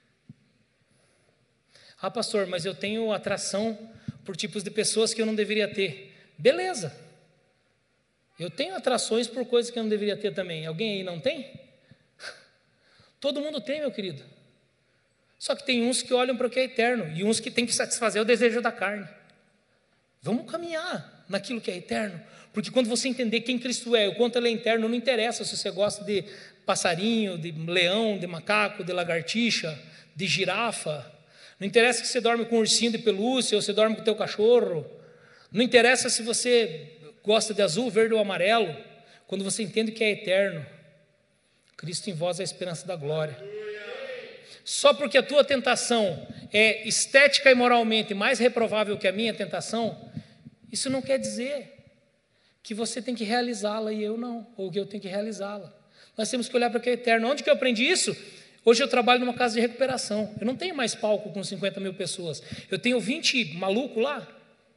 Ah, pastor, mas eu tenho atração por tipos de pessoas que eu não deveria ter. Beleza. Eu tenho atrações por coisas que eu não deveria ter também. Alguém aí não tem? Todo mundo tem, meu querido. Só que tem uns que olham para o que é eterno e uns que têm que satisfazer o desejo da carne. Vamos caminhar naquilo que é eterno, porque quando você entender quem Cristo é, o quanto Ele é eterno, não interessa se você gosta de passarinho, de leão, de macaco, de lagartixa, de girafa. Não interessa que você dorme com um ursinho de pelúcia ou você dorme com o teu cachorro. Não interessa se você gosta de azul, verde ou amarelo. Quando você entende que é eterno, Cristo em vós é a esperança da glória. Só porque a tua tentação é estética e moralmente mais reprovável que a minha tentação, isso não quer dizer que você tem que realizá-la e eu não, ou que eu tenho que realizá-la. Nós temos que olhar para o que é eterno. Onde que eu aprendi isso? Hoje eu trabalho numa casa de recuperação. Eu não tenho mais palco com 50 mil pessoas. Eu tenho 20 malucos lá.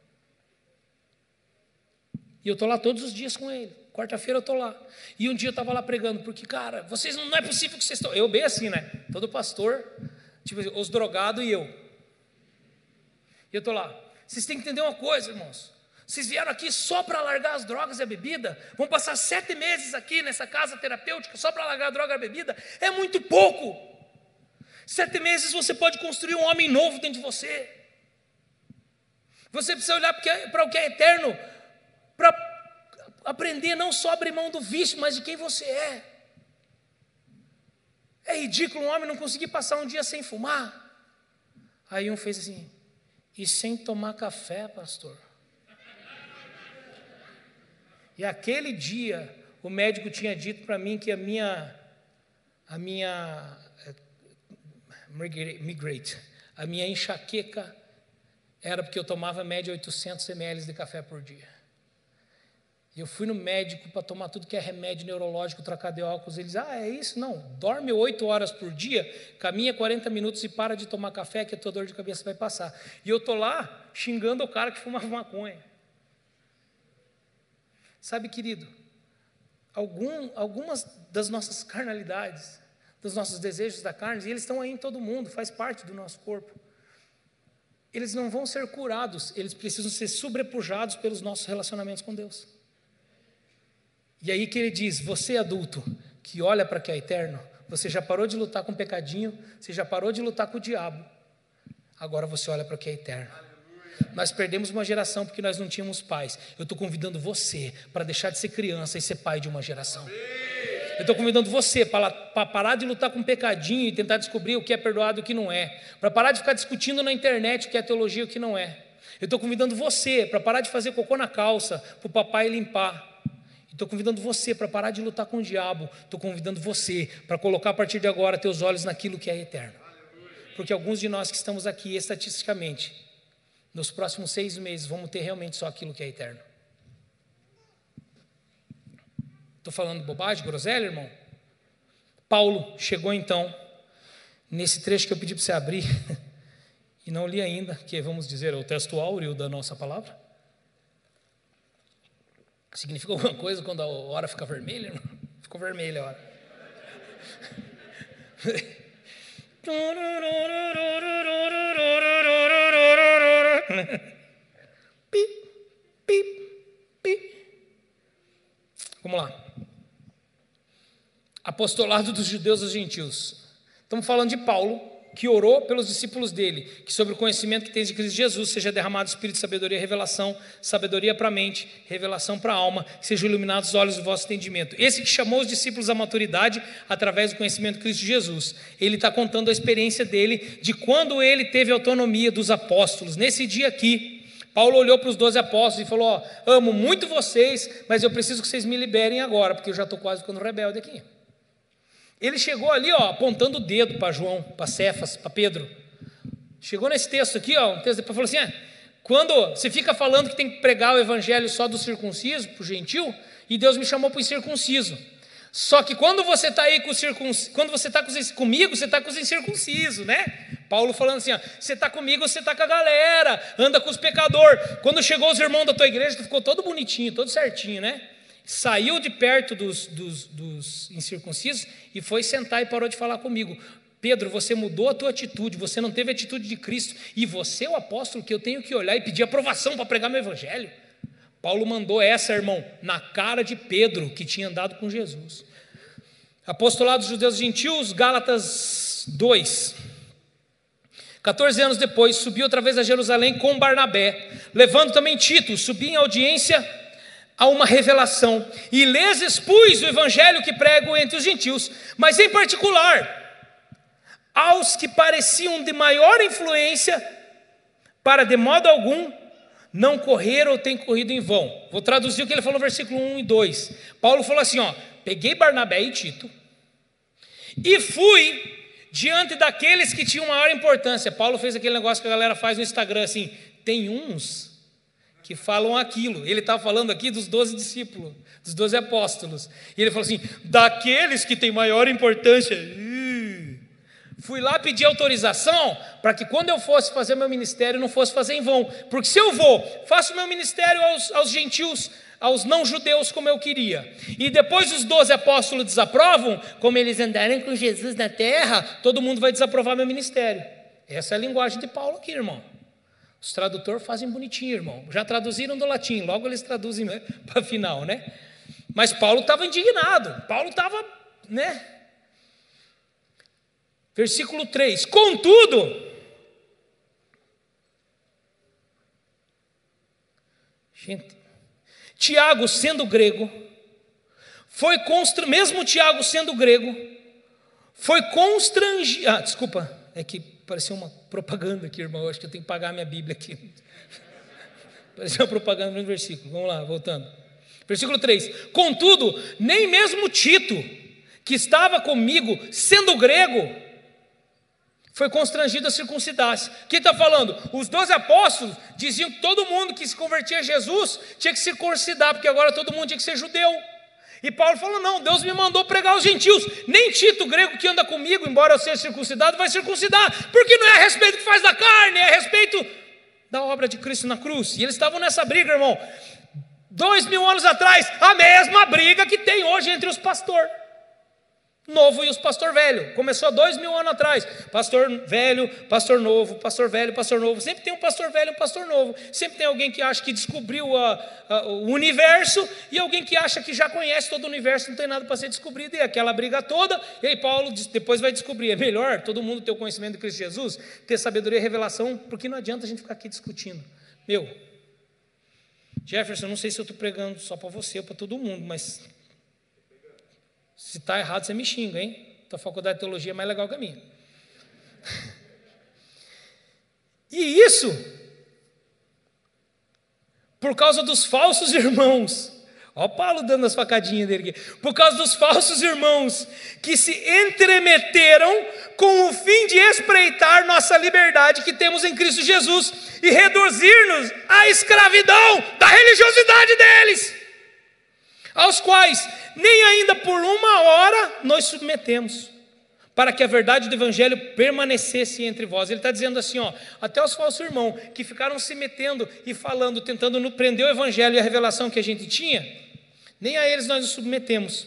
E eu estou lá todos os dias com ele. Quarta-feira eu estou lá. E um dia eu estava lá pregando, porque, cara, vocês não é possível que vocês estão... Eu bem assim, né? Todo pastor, tipo, os drogados e eu. E eu estou lá. Vocês têm que entender uma coisa, irmãos. Vocês vieram aqui só para largar as drogas e a bebida? Vão passar 7 meses aqui nessa casa terapêutica só para largar a droga e a bebida? É muito pouco. 7 meses você pode construir um homem novo dentro de você. Você precisa olhar para o que é eterno, para aprender não só a abrir mão do vício, mas de quem você é. É ridículo um homem não conseguir passar um dia sem fumar. Aí um fez assim, e sem tomar café, pastor? E aquele dia, o médico tinha dito para mim que a minha enxaqueca era porque eu tomava média 800 ml de café por dia. E eu fui no médico para tomar tudo que é remédio neurológico, trocar de óculos. Eles, é isso? Não, dorme 8 horas por dia, caminha 40 minutos e para de tomar café que a tua dor de cabeça vai passar. E eu estou lá xingando o cara que fumava maconha. Sabe, querido, algumas das nossas carnalidades, dos nossos desejos da carne, e eles estão aí em todo mundo, faz parte do nosso corpo. Eles não vão ser curados, eles precisam ser sobrepujados pelos nossos relacionamentos com Deus. E aí que ele diz, você adulto, que olha para o que é eterno, você já parou de lutar com o pecadinho, você já parou de lutar com o diabo, agora você olha para o que é eterno. Nós perdemos uma geração porque nós não tínhamos pais. Eu estou convidando você para deixar de ser criança e ser pai de uma geração. Eu estou convidando você para parar de lutar com o pecadinho e tentar descobrir o que é perdoado e o que não é, para parar de ficar discutindo na internet o que é teologia e o que não é. Eu estou convidando você para parar de fazer cocô na calça para o papai limpar. Estou convidando você para parar de lutar com o diabo. Estou convidando você para colocar a partir de agora teus olhos naquilo que é eterno. Porque alguns de nós que estamos aqui, estatisticamente, nos próximos 6 meses, vamos ter realmente só aquilo que é eterno. Estou falando bobagem, groselha, irmão? Paulo chegou então, nesse trecho que eu pedi para você abrir, e não li ainda, que vamos dizer, é o texto áureo da nossa palavra. Significa alguma coisa quando a hora fica vermelha? Não? Ficou vermelha a hora. Vamos lá. Apostolado dos judeus aos gentios. Estamos falando de Paulo, que orou pelos discípulos dele, que sobre o conhecimento que tens de Cristo Jesus seja derramado espírito de sabedoria e revelação, sabedoria para a mente, revelação para a alma, que sejam iluminados os olhos do vosso entendimento. Esse que chamou os discípulos à maturidade através do conhecimento de Cristo Jesus, ele está contando a experiência dele, de quando ele teve autonomia dos apóstolos. Nesse dia aqui, Paulo olhou para os 12 apóstolos e falou, amo muito vocês, mas eu preciso que vocês me liberem agora, porque eu já estou quase ficando rebelde aqui. Ele chegou ali, apontando o dedo para João, para Cefas, para Pedro. Chegou nesse texto aqui, um texto depois falou assim, quando você fica falando que tem que pregar o evangelho só do circunciso, para o gentil, e Deus me chamou para o incircunciso. Só que quando você está aí quando você está comigo, você está com os incircuncisos, né? Paulo falando assim, você está comigo, você está com a galera, anda com os pecadores. Quando chegou os irmãos da tua igreja, tu ficou todo bonitinho, todo certinho, né? saiu de perto dos incircuncisos e foi sentar e parou de falar comigo. Pedro, você mudou a tua atitude, você não teve a atitude de Cristo, e você é o apóstolo que eu tenho que olhar e pedir aprovação para pregar meu evangelho. Paulo mandou essa, irmão, na cara de Pedro, que tinha andado com Jesus. Apostolado dos judeus e gentios, Gálatas 2. 14 anos depois, subi outra vez a Jerusalém com Barnabé, levando também Tito, subi em audiência a uma revelação, e lhes expus o evangelho que prego entre os gentios, mas em particular aos que pareciam de maior influência, para de modo algum não correr ou ter corrido em vão. Vou traduzir o que ele falou no versículo 1 e 2. Paulo falou assim, peguei Barnabé e Tito e fui diante daqueles que tinham maior importância. Paulo fez aquele negócio que a galera faz no Instagram, assim, tem uns que falam aquilo. Ele estava falando aqui dos 12 discípulos, dos 12 apóstolos, e ele falou assim, daqueles que têm maior importância. Fui lá pedir autorização para que quando eu fosse fazer meu ministério não fosse fazer em vão, porque se eu faço meu ministério aos gentios, aos não-judeus como eu queria, e depois os 12 apóstolos desaprovam, como eles andaram com Jesus na terra, todo mundo vai desaprovar meu ministério. Essa é a linguagem de Paulo aqui, irmão. Os tradutores fazem bonitinho, irmão, já traduziram do latim, logo eles traduzem para a final, né? Mas Paulo estava indignado, Paulo estava, né? Versículo 3, contudo, Tiago sendo grego, mesmo Tiago sendo grego, foi constrangido, desculpa, é que pareceu uma propaganda aqui, irmão, eu acho que eu tenho que pagar a minha Bíblia aqui, pareceu uma propaganda no versículo, vamos lá, voltando, versículo 3, contudo, nem mesmo Tito, que estava comigo, sendo grego, foi constrangido a circuncidar-se. Quem está falando? Os 12 apóstolos diziam que todo mundo que se convertia a Jesus tinha que circuncidar, porque agora todo mundo tinha que ser judeu. E Paulo falou, não, Deus me mandou pregar aos gentios, nem Tito, grego que anda comigo, embora eu seja circuncidado, vai circuncidar, porque não é a respeito do que faz da carne, é a respeito da obra de Cristo na cruz. E eles estavam nessa briga, irmão, 2000 anos atrás, a mesma briga que tem hoje entre os pastores novo e os pastor velho. Começou 2000 anos atrás. Pastor velho, pastor novo, pastor velho, pastor novo. Sempre tem um pastor velho e um pastor novo. Sempre tem alguém que acha que descobriu o universo e alguém que acha que já conhece todo o universo, não tem nada para ser descobrido. E aquela briga toda. E aí Paulo depois vai descobrir. É melhor todo mundo ter o conhecimento de Cristo Jesus, ter sabedoria e revelação, porque não adianta a gente ficar aqui discutindo. Jefferson, não sei se eu estou pregando só para você ou para todo mundo, mas se está errado, você me xinga, hein? Tua faculdade de teologia é mais legal que a minha. E isso, por causa dos falsos irmãos. Olha o Paulo dando as facadinhas dele aqui. Por causa dos falsos irmãos que se entremeteram com o fim de espreitar nossa liberdade que temos em Cristo Jesus e reduzir-nos à escravidão da religiosidade deles, aos quais nem ainda por uma hora nós submetemos, para que a verdade do evangelho permanecesse entre vós. Ele está dizendo assim, até os falsos irmãos que ficaram se metendo e falando, tentando prender o evangelho e a revelação que a gente tinha, nem a eles nós nos submetemos.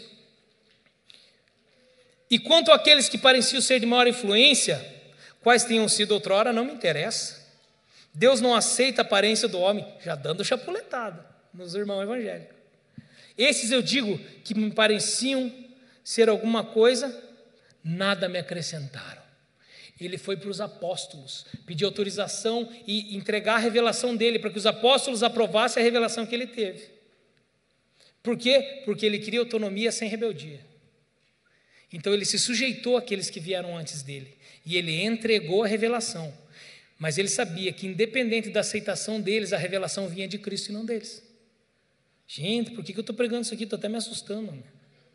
E quanto àqueles que pareciam ser de maior influência, quais tenham sido outrora, não me interessa. Deus não aceita a aparência do homem, já dando chapuletada nos irmãos evangélicos. Esses eu digo que me pareciam ser alguma coisa, nada me acrescentaram. Ele foi para os apóstolos, pedir autorização e entregar a revelação dele, para que os apóstolos aprovassem a revelação que ele teve. Por quê? Porque ele queria autonomia sem rebeldia. Então ele se sujeitou àqueles que vieram antes dele, e ele entregou a revelação. Mas ele sabia que independente da aceitação deles, a revelação vinha de Cristo e não deles. Gente, por que eu estou pregando isso aqui? Estou até me assustando. Mano.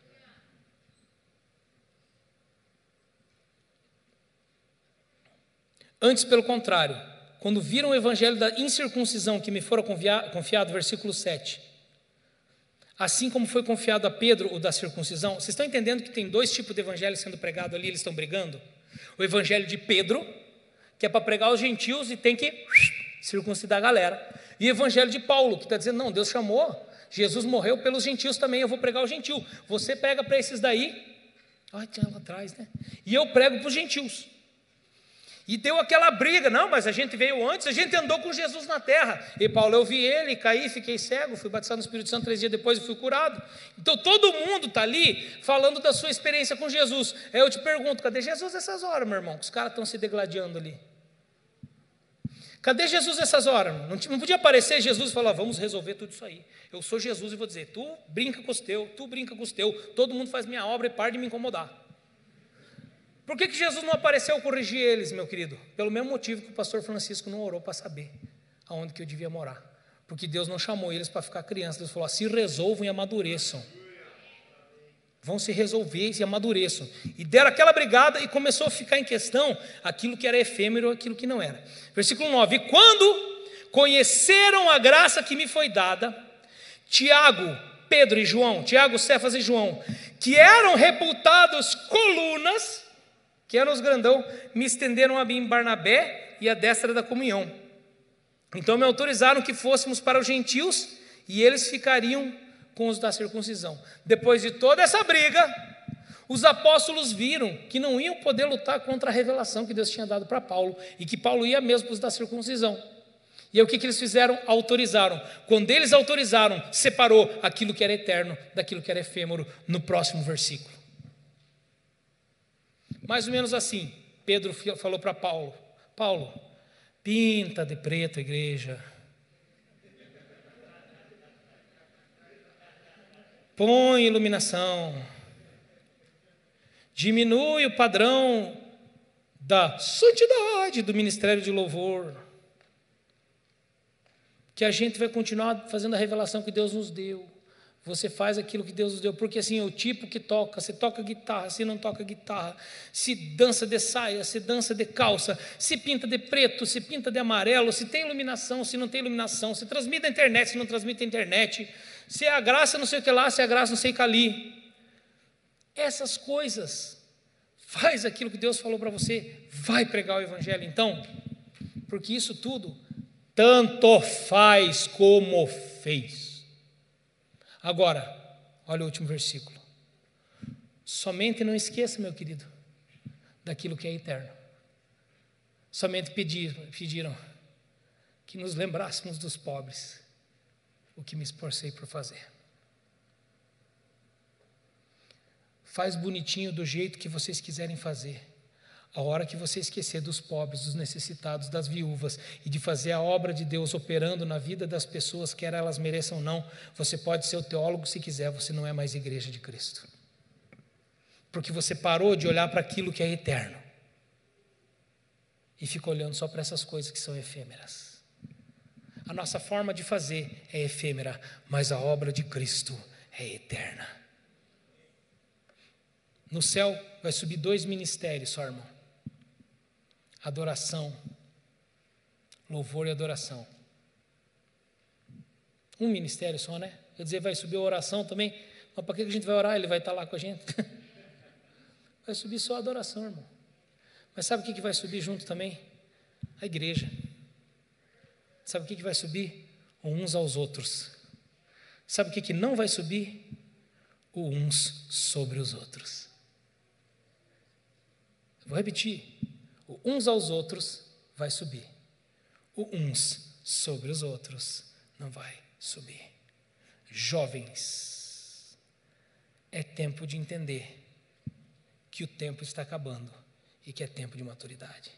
Antes, pelo contrário, quando viram o evangelho da incircuncisão que me fora confiado, versículo 7, assim como foi confiado a Pedro o da circuncisão, vocês estão entendendo que tem dois tipos de evangelho sendo pregado ali, eles estão brigando? O evangelho de Pedro, que é para pregar aos gentios e tem que circuncidar a galera, e o evangelho de Paulo, que está dizendo, não, Deus chamou, Jesus morreu pelos gentios também, eu vou pregar o gentil. Você prega para esses daí, tinha lá atrás, né? E eu prego para os gentios. E deu aquela briga, não, mas a gente veio antes, a gente andou com Jesus na terra. E Paulo, eu vi ele, caí, fiquei cego, fui batizado no Espírito Santo 3 dias depois e fui curado. Então todo mundo está ali falando da sua experiência com Jesus. Aí eu te pergunto, cadê Jesus essas horas, meu irmão? Que os caras estão se degladiando ali. Cadê Jesus essas horas? Não podia aparecer Jesus e falar, vamos resolver tudo isso aí. Eu sou Jesus e vou dizer, tu brinca com os teus, tu brinca com os teus, todo mundo faz minha obra e para de me incomodar. Por que Jesus não apareceu corrigir eles, meu querido? Pelo mesmo motivo que o pastor Francisco não orou para saber aonde que eu devia morar. Porque Deus não chamou eles para ficar crianças. Deus falou, se resolvam e amadureçam. Vão se resolver e se amadureçam. E deram aquela brigada e começou a ficar em questão aquilo que era efêmero e aquilo que não era. Versículo 9. E quando conheceram a graça que me foi dada, Tiago, Pedro e João, Tiago, Cefas e João, que eram reputados colunas, que eram os grandão, me estenderam a mim Barnabé e a destra da comunhão. Então me autorizaram que fôssemos para os gentios e eles ficariam com os da circuncisão. Depois de toda essa briga, os apóstolos viram que não iam poder lutar contra a revelação que Deus tinha dado para Paulo e que Paulo ia mesmo para os da circuncisão. E aí o que eles fizeram? Autorizaram. Quando eles autorizaram, separou aquilo que era eterno daquilo que era efêmero no próximo versículo. Mais ou menos assim, Pedro falou para Paulo, Paulo, pinta de preto a igreja, põe iluminação, diminui o padrão da santidade do ministério de louvor, que a gente vai continuar fazendo a revelação que Deus nos deu. Você faz aquilo que Deus nos deu, porque assim, o tipo que toca, se toca guitarra, se não toca guitarra, se dança de saia, se dança de calça, se pinta de preto, se pinta de amarelo, se tem iluminação, se não tem iluminação, se transmite a internet, se não transmite a internet, se é a graça não sei o que lá, se é a graça não sei o que ali. Essas coisas, faz aquilo que Deus falou para você, vai pregar o evangelho então, porque isso tudo, tanto faz como fez. Agora, olha o último versículo. Somente não esqueça, meu querido, daquilo que é eterno. Somente pediram que nos lembrássemos dos pobres, o que me esforcei por fazer. Faz bonitinho do jeito que vocês quiserem fazer. A hora que você esquecer dos pobres, dos necessitados, das viúvas e de fazer a obra de Deus operando na vida das pessoas, quer elas mereçam ou não, você pode ser o teólogo se quiser, você não é mais igreja de Cristo. Porque você parou de olhar para aquilo que é eterno e fica olhando só para essas coisas que são efêmeras. A nossa forma de fazer é efêmera, mas a obra de Cristo é eterna. No céu vai subir 2 ministérios, só irmão. Adoração, louvor e adoração. Um ministério só, né? Quer dizer, vai subir a oração também. Mas para que a gente vai orar? Ele vai estar lá com a gente. Vai subir só a adoração, irmão. Mas sabe o que vai subir junto também? A igreja. Sabe o que vai subir? Uns aos outros. Sabe o que não vai subir? O uns sobre os outros. Vou repetir. O uns aos outros vai subir. O uns sobre os outros não vai subir. Jovens, é tempo de entender que o tempo está acabando e que é tempo de maturidade.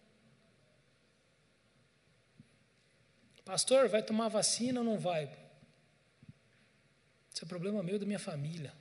Pastor, vai tomar vacina ou não vai? Isso é problema meu e da minha família.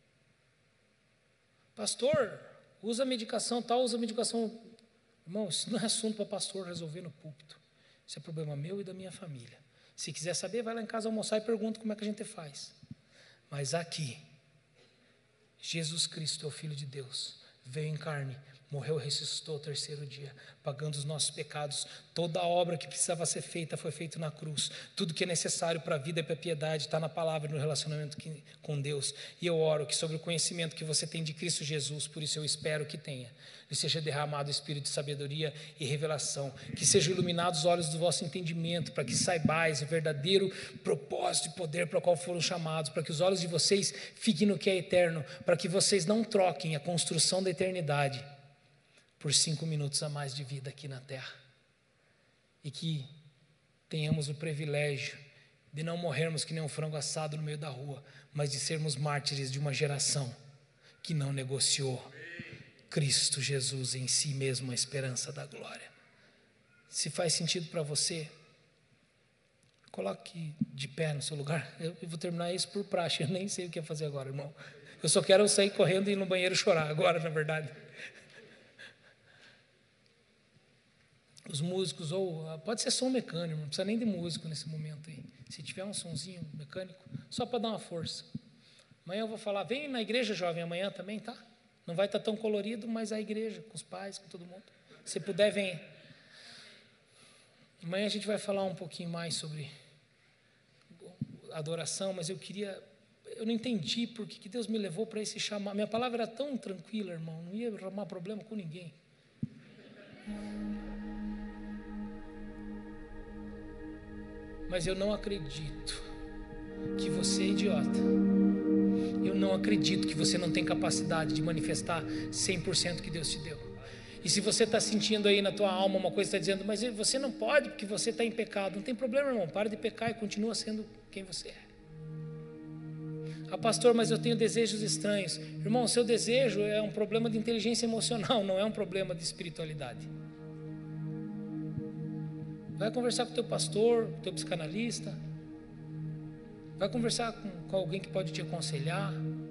Pastor, usa medicação tal, usa medicação. Irmão, isso não é assunto para pastor resolver no púlpito. Isso é problema meu e da minha família. Se quiser saber, vai lá em casa almoçar e pergunta como é que a gente faz. Mas aqui, Jesus Cristo é o Filho de Deus, veio em carne, morreu e ressuscitou ao terceiro dia, pagando os nossos pecados. Toda a obra que precisava ser feita foi feita na cruz. Tudo que é necessário para a vida e para a piedade está na palavra e no relacionamento com Deus. E eu oro que sobre o conhecimento que você tem de Cristo Jesus, por isso eu espero que tenha, lhe seja derramado o espírito de sabedoria e revelação, que sejam iluminados os olhos do vosso entendimento, para que saibais o verdadeiro propósito e poder para o qual foram chamados, para que os olhos de vocês fiquem no que é eterno, para que vocês não troquem a construção da eternidade por 5 minutos a mais de vida aqui na terra, e que tenhamos o privilégio de não morrermos que nem um frango assado no meio da rua, mas de sermos mártires de uma geração que não negociou Cristo Jesus em si mesmo, a esperança da glória. Se faz sentido para você, coloque de pé no seu lugar. Eu vou terminar isso por praxe, eu nem sei o que fazer agora, irmão. Eu só quero sair correndo e ir no banheiro chorar agora, na verdade. Os músicos, ou pode ser som mecânico, não precisa nem de músico nesse momento aí. Se tiver um sonzinho mecânico, só para dar uma força. Amanhã eu vou falar, vem na igreja, jovem, amanhã também, tá? Não vai estar tão colorido, mas a igreja, com os pais, com todo mundo. Se puder, venha. Amanhã a gente vai falar um pouquinho mais sobre adoração, mas eu não entendi por que Deus me levou para esse chamado. Minha palavra era tão tranquila, irmão, não ia arrumar problema com ninguém. Mas eu não acredito que você é idiota. Eu não acredito que você não tem capacidade de manifestar 100% que Deus te deu. E se você está sentindo aí na tua alma uma coisa, está dizendo, mas você não pode porque você está em pecado. Não tem problema, irmão, para de pecar e continua sendo quem você é. Ah, pastor, mas eu tenho desejos estranhos. Irmão, o seu desejo é um problema de inteligência emocional, não é um problema de espiritualidade. Vai conversar com o teu pastor, com o teu psicanalista. Vai conversar com alguém que pode te aconselhar.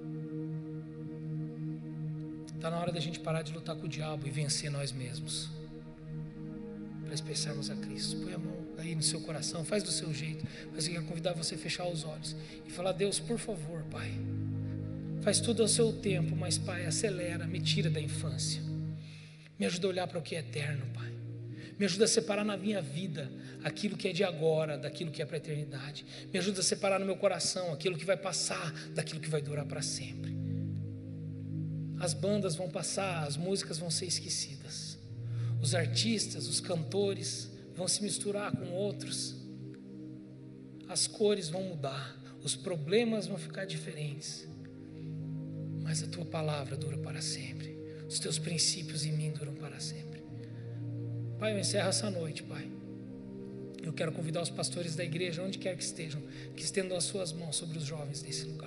Está na hora da gente parar de lutar com o diabo e vencer nós mesmos, para expressarmos a Cristo. Põe a mão aí no seu coração, faz do seu jeito. Mas eu quero convidar você a fechar os olhos e falar, Deus, por favor, Pai, faz tudo ao seu tempo, mas Pai, acelera, me tira da infância. Me ajuda a olhar para o que é eterno, Pai. Me ajuda a separar na minha vida aquilo que é de agora, daquilo que é para a eternidade. Me ajuda a separar no meu coração aquilo que vai passar, daquilo que vai durar para sempre. As bandas vão passar, as músicas vão ser esquecidas. Os artistas, os cantores vão se misturar com outros. As cores vão mudar, os problemas vão ficar diferentes. Mas a tua palavra dura para sempre. Os teus princípios em mim duram para sempre. Pai, eu encerro essa noite, Pai. Eu quero convidar os pastores da igreja, onde quer que estejam, que estendam as suas mãos sobre os jovens desse lugar.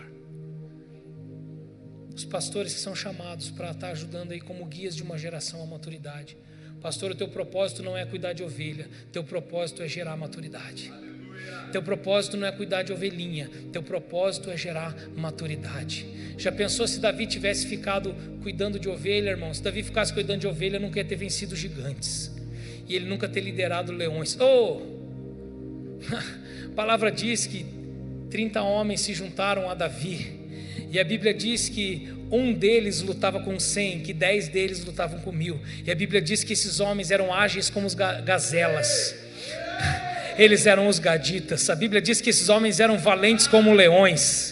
Os pastores que são chamados para estar ajudando aí como guias de uma geração à maturidade. Pastor, o teu propósito não é cuidar de ovelha, teu propósito é gerar maturidade. Teu propósito não é cuidar de ovelhinha, teu propósito é gerar maturidade. Já pensou se Davi tivesse ficado cuidando de ovelha, irmão? Se Davi ficasse cuidando de ovelha, nunca ia ter vencido gigantes. E ele nunca ter liderado leões. A palavra diz que 30 homens se juntaram a Davi. E a Bíblia diz que um deles lutava com 100, que 10 deles lutavam com 1000. E a Bíblia diz que esses homens eram ágeis como os gazelas. Eles eram os gaditas. A Bíblia diz que esses homens eram valentes como leões.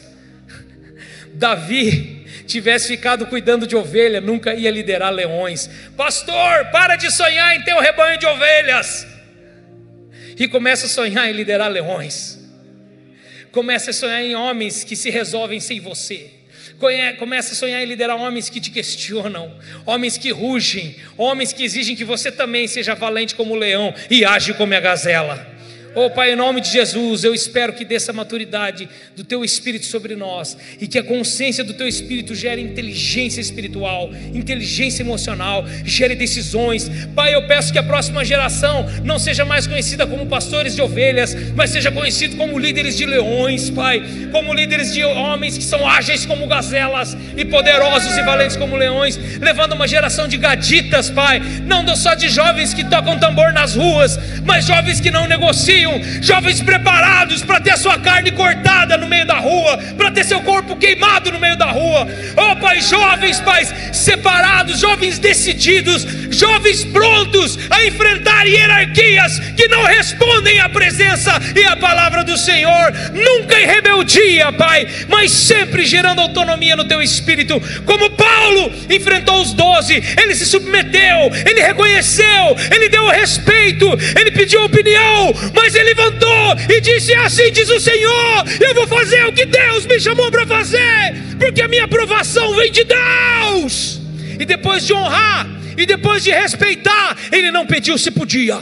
Davi tivesse ficado cuidando de ovelha, nunca ia liderar leões. Pastor, para de sonhar em ter um rebanho de ovelhas e começa a sonhar em liderar leões. Começa a sonhar em homens que se resolvem sem você. Começa a sonhar em liderar homens que te questionam, homens que rugem, homens que exigem que você também seja valente como o leão e age como a gazela. Pai, em nome de Jesus, eu espero que dê essa maturidade do teu Espírito sobre nós e que a consciência do teu Espírito gere inteligência espiritual, inteligência emocional, gere decisões. Pai, eu peço que a próxima geração não seja mais conhecida como pastores de ovelhas, mas seja conhecido como líderes de leões, Pai, como líderes de homens que são ágeis como gazelas e poderosos e valentes como leões, levando uma geração de gaditas, Pai, não só de jovens que tocam tambor nas ruas, mas jovens que não negociam saiam, jovens preparados para ter a sua carne cortada no meio da rua, para ter seu corpo queimado no meio da rua. Oh Pai, jovens, Pai, separados, jovens decididos, jovens prontos a enfrentar hierarquias que não respondem à presença e à palavra do Senhor, nunca em rebeldia, Pai, mas sempre gerando autonomia no Teu Espírito, como Paulo enfrentou os 12, ele se submeteu, ele reconheceu, ele deu respeito, ele pediu opinião, mas ele levantou e disse: assim diz o Senhor, eu vou fazer o que Deus me chamou para fazer, porque a minha aprovação vem de Deus. E depois de honrar, e depois de respeitar, ele não pediu se podia,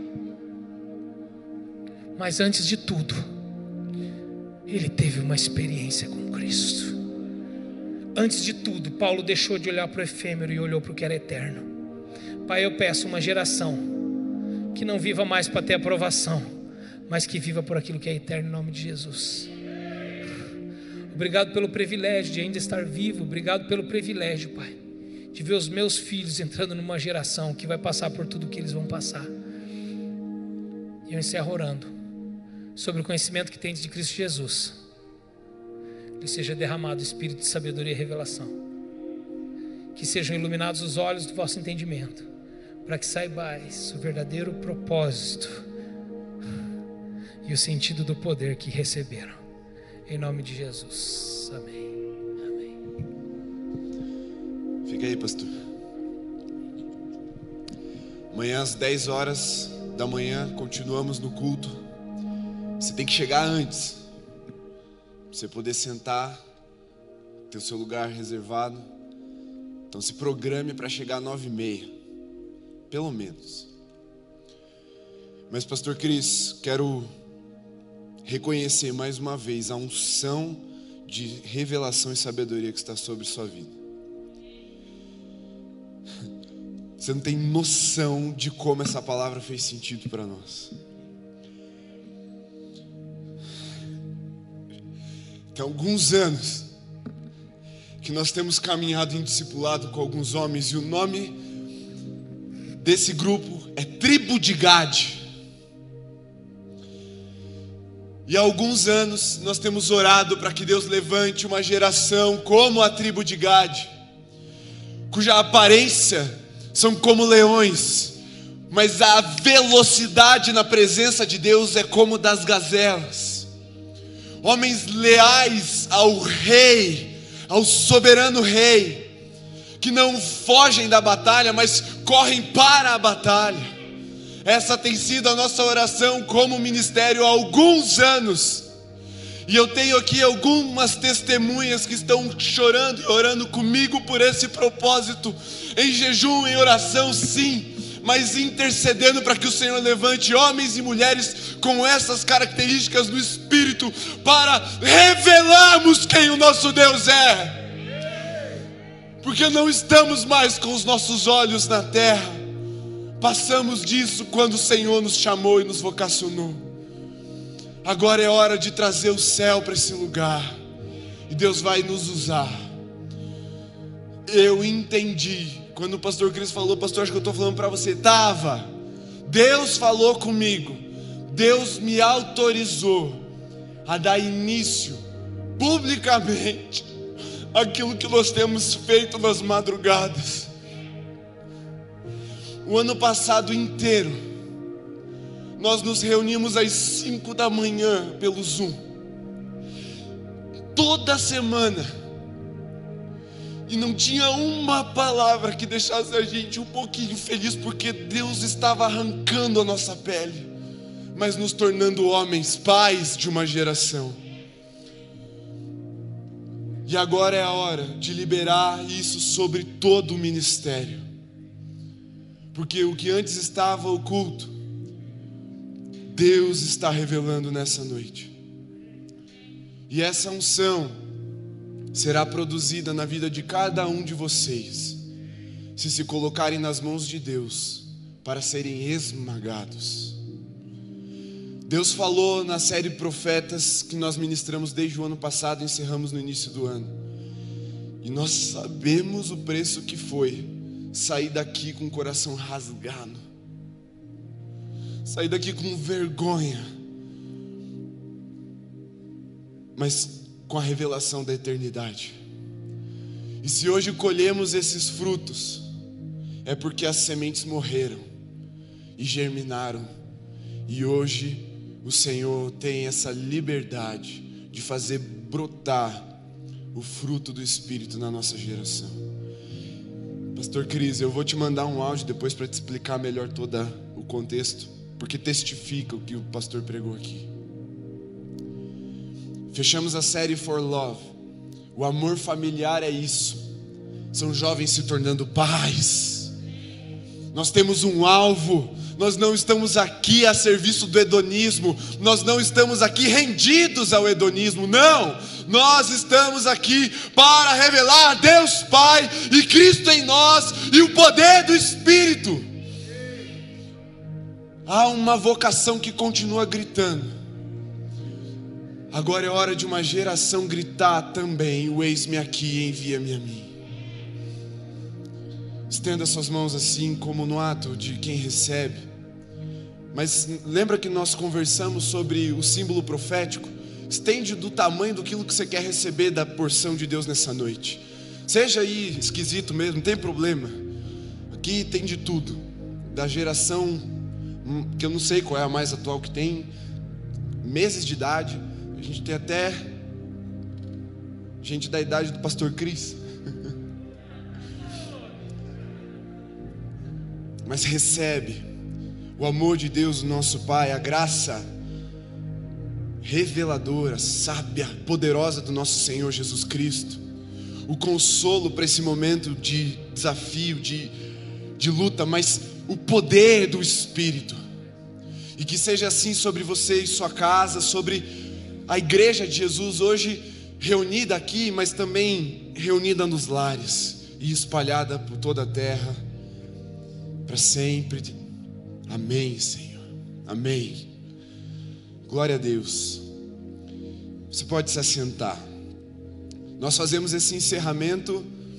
mas antes de tudo, ele teve uma experiência com Cristo. Antes de tudo, Paulo deixou de olhar para o efêmero e olhou para o que era eterno. Pai, eu peço uma geração que não viva mais para ter aprovação, mas que viva por aquilo que é eterno, em nome de Jesus. Obrigado pelo privilégio de ainda estar vivo. Obrigado pelo privilégio, Pai, de ver os meus filhos entrando numa geração que vai passar por tudo que eles vão passar. E eu encerro orando sobre o conhecimento que tendes de Cristo Jesus, que seja derramado o espírito de sabedoria e revelação, que sejam iluminados os olhos do vosso entendimento, para que saibais o verdadeiro propósito e o sentido do poder que receberam, em nome de Jesus, amém. Amém. Fica aí, pastor. Amanhã às 10 horas da manhã continuamos no culto. Você tem que chegar antes, pra você poder sentar, ter o seu lugar reservado. Então se programe para chegar às 9h30, pelo menos. Mas pastor Cris, quero reconhecer mais uma vez a unção de revelação e sabedoria que está sobre sua vida. Você não tem noção de como essa palavra fez sentido para nós. Tem alguns anos que nós temos caminhado em discipulado com alguns homens, e o nome desse grupo é Tribo de Gade. E há alguns anos nós temos orado para que Deus levante uma geração como a tribo de Gade, cuja aparência são como leões, mas a velocidade na presença de Deus é como das gazelas. Homens leais ao rei, ao soberano rei, que não fogem da batalha, mas correm para a batalha. Essa tem sido a nossa oração como ministério há alguns anos. E eu tenho aqui algumas testemunhas que estão chorando e orando comigo por esse propósito, em jejum, em oração, sim, mas intercedendo para que o Senhor levante homens e mulheres com essas características no Espírito, para revelarmos quem o nosso Deus é. Porque não estamos mais com os nossos olhos na terra. Passamos disso quando o Senhor nos chamou e nos vocacionou. Agora é hora de trazer o céu para esse lugar, e Deus vai nos usar. Eu entendi quando o pastor Cris falou: pastor, acho que eu estou falando para você. Deus falou comigo, Deus me autorizou a dar início publicamente àquilo que nós temos feito nas madrugadas. O ano passado inteiro nós nos reunimos às 5 da manhã pelo Zoom, toda semana, e não tinha uma palavra que deixasse a gente um pouquinho feliz, porque Deus estava arrancando a nossa pele, mas nos tornando homens, pais de uma geração. E agora é a hora de liberar isso sobre todo o ministério, porque o que antes estava oculto, Deus está revelando nessa noite. E essa unção será produzida na vida de cada um de vocês, se colocarem nas mãos de Deus para serem esmagados. Deus falou na série Profetas, que nós ministramos desde o ano passado e encerramos no início do ano. E nós sabemos o preço que foi sair daqui com o coração rasgado. sair daqui com vergonha, mas com a revelação da eternidade. E se hoje colhemos esses frutos, é porque as sementes morreram e germinaram, e hoje o Senhor tem essa liberdade de fazer brotar o fruto do Espírito na nossa geração. Pastor Cris, eu vou te mandar um áudio depois para te explicar melhor todo o contexto, porque testifica o que o pastor pregou aqui. Fechamos a série For Love. O amor familiar é isso. São jovens se tornando pais. Nós temos um alvo. Nós não estamos aqui a serviço do hedonismo. Nós não estamos aqui rendidos ao hedonismo. Não! Nós estamos aqui para revelar Deus Pai e Cristo em nós e o poder do Espírito. Há uma vocação que continua gritando. Agora é hora de uma geração gritar também: o eis-me aqui, envia-me a mim. Estenda suas mãos assim, como no ato de quem recebe. Mas lembra que nós conversamos sobre o símbolo profético? Estende do tamanho daquilo que você quer receber da porção de Deus nessa noite. Seja aí esquisito mesmo, não tem problema. Aqui tem de tudo. Da geração, que eu não sei qual é a mais atual que tem, meses de idade. A gente tem até gente da idade do pastor Cris. Mas recebe o amor de Deus, o nosso Pai, a graça reveladora, sábia, poderosa do nosso Senhor Jesus Cristo, o consolo para esse momento de desafio, de luta, mas o poder do Espírito. E que seja assim sobre você e sua casa, sobre a igreja de Jesus hoje reunida aqui, mas também reunida nos lares e espalhada por toda a terra para sempre. Amém, Senhor. Amém. Glória a Deus. Você pode se assentar. Nós fazemos esse encerramento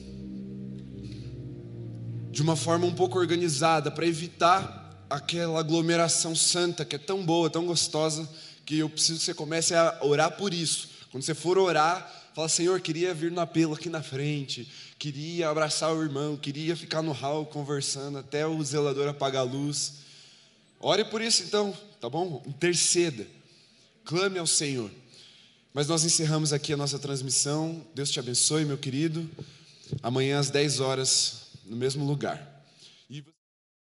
de uma forma um pouco organizada, para evitar aquela aglomeração santa que é tão boa, tão gostosa, que eu preciso que você comece a orar por isso. Quando você for orar, fala: Senhor, queria vir no apelo aqui na frente, queria abraçar o irmão, queria ficar no hall conversando até o zelador apagar a luz. Ore por isso então, tá bom? Interceda, clame ao Senhor. Mas nós encerramos aqui a nossa transmissão. Deus te abençoe, meu querido. Amanhã às 10 horas, no mesmo lugar.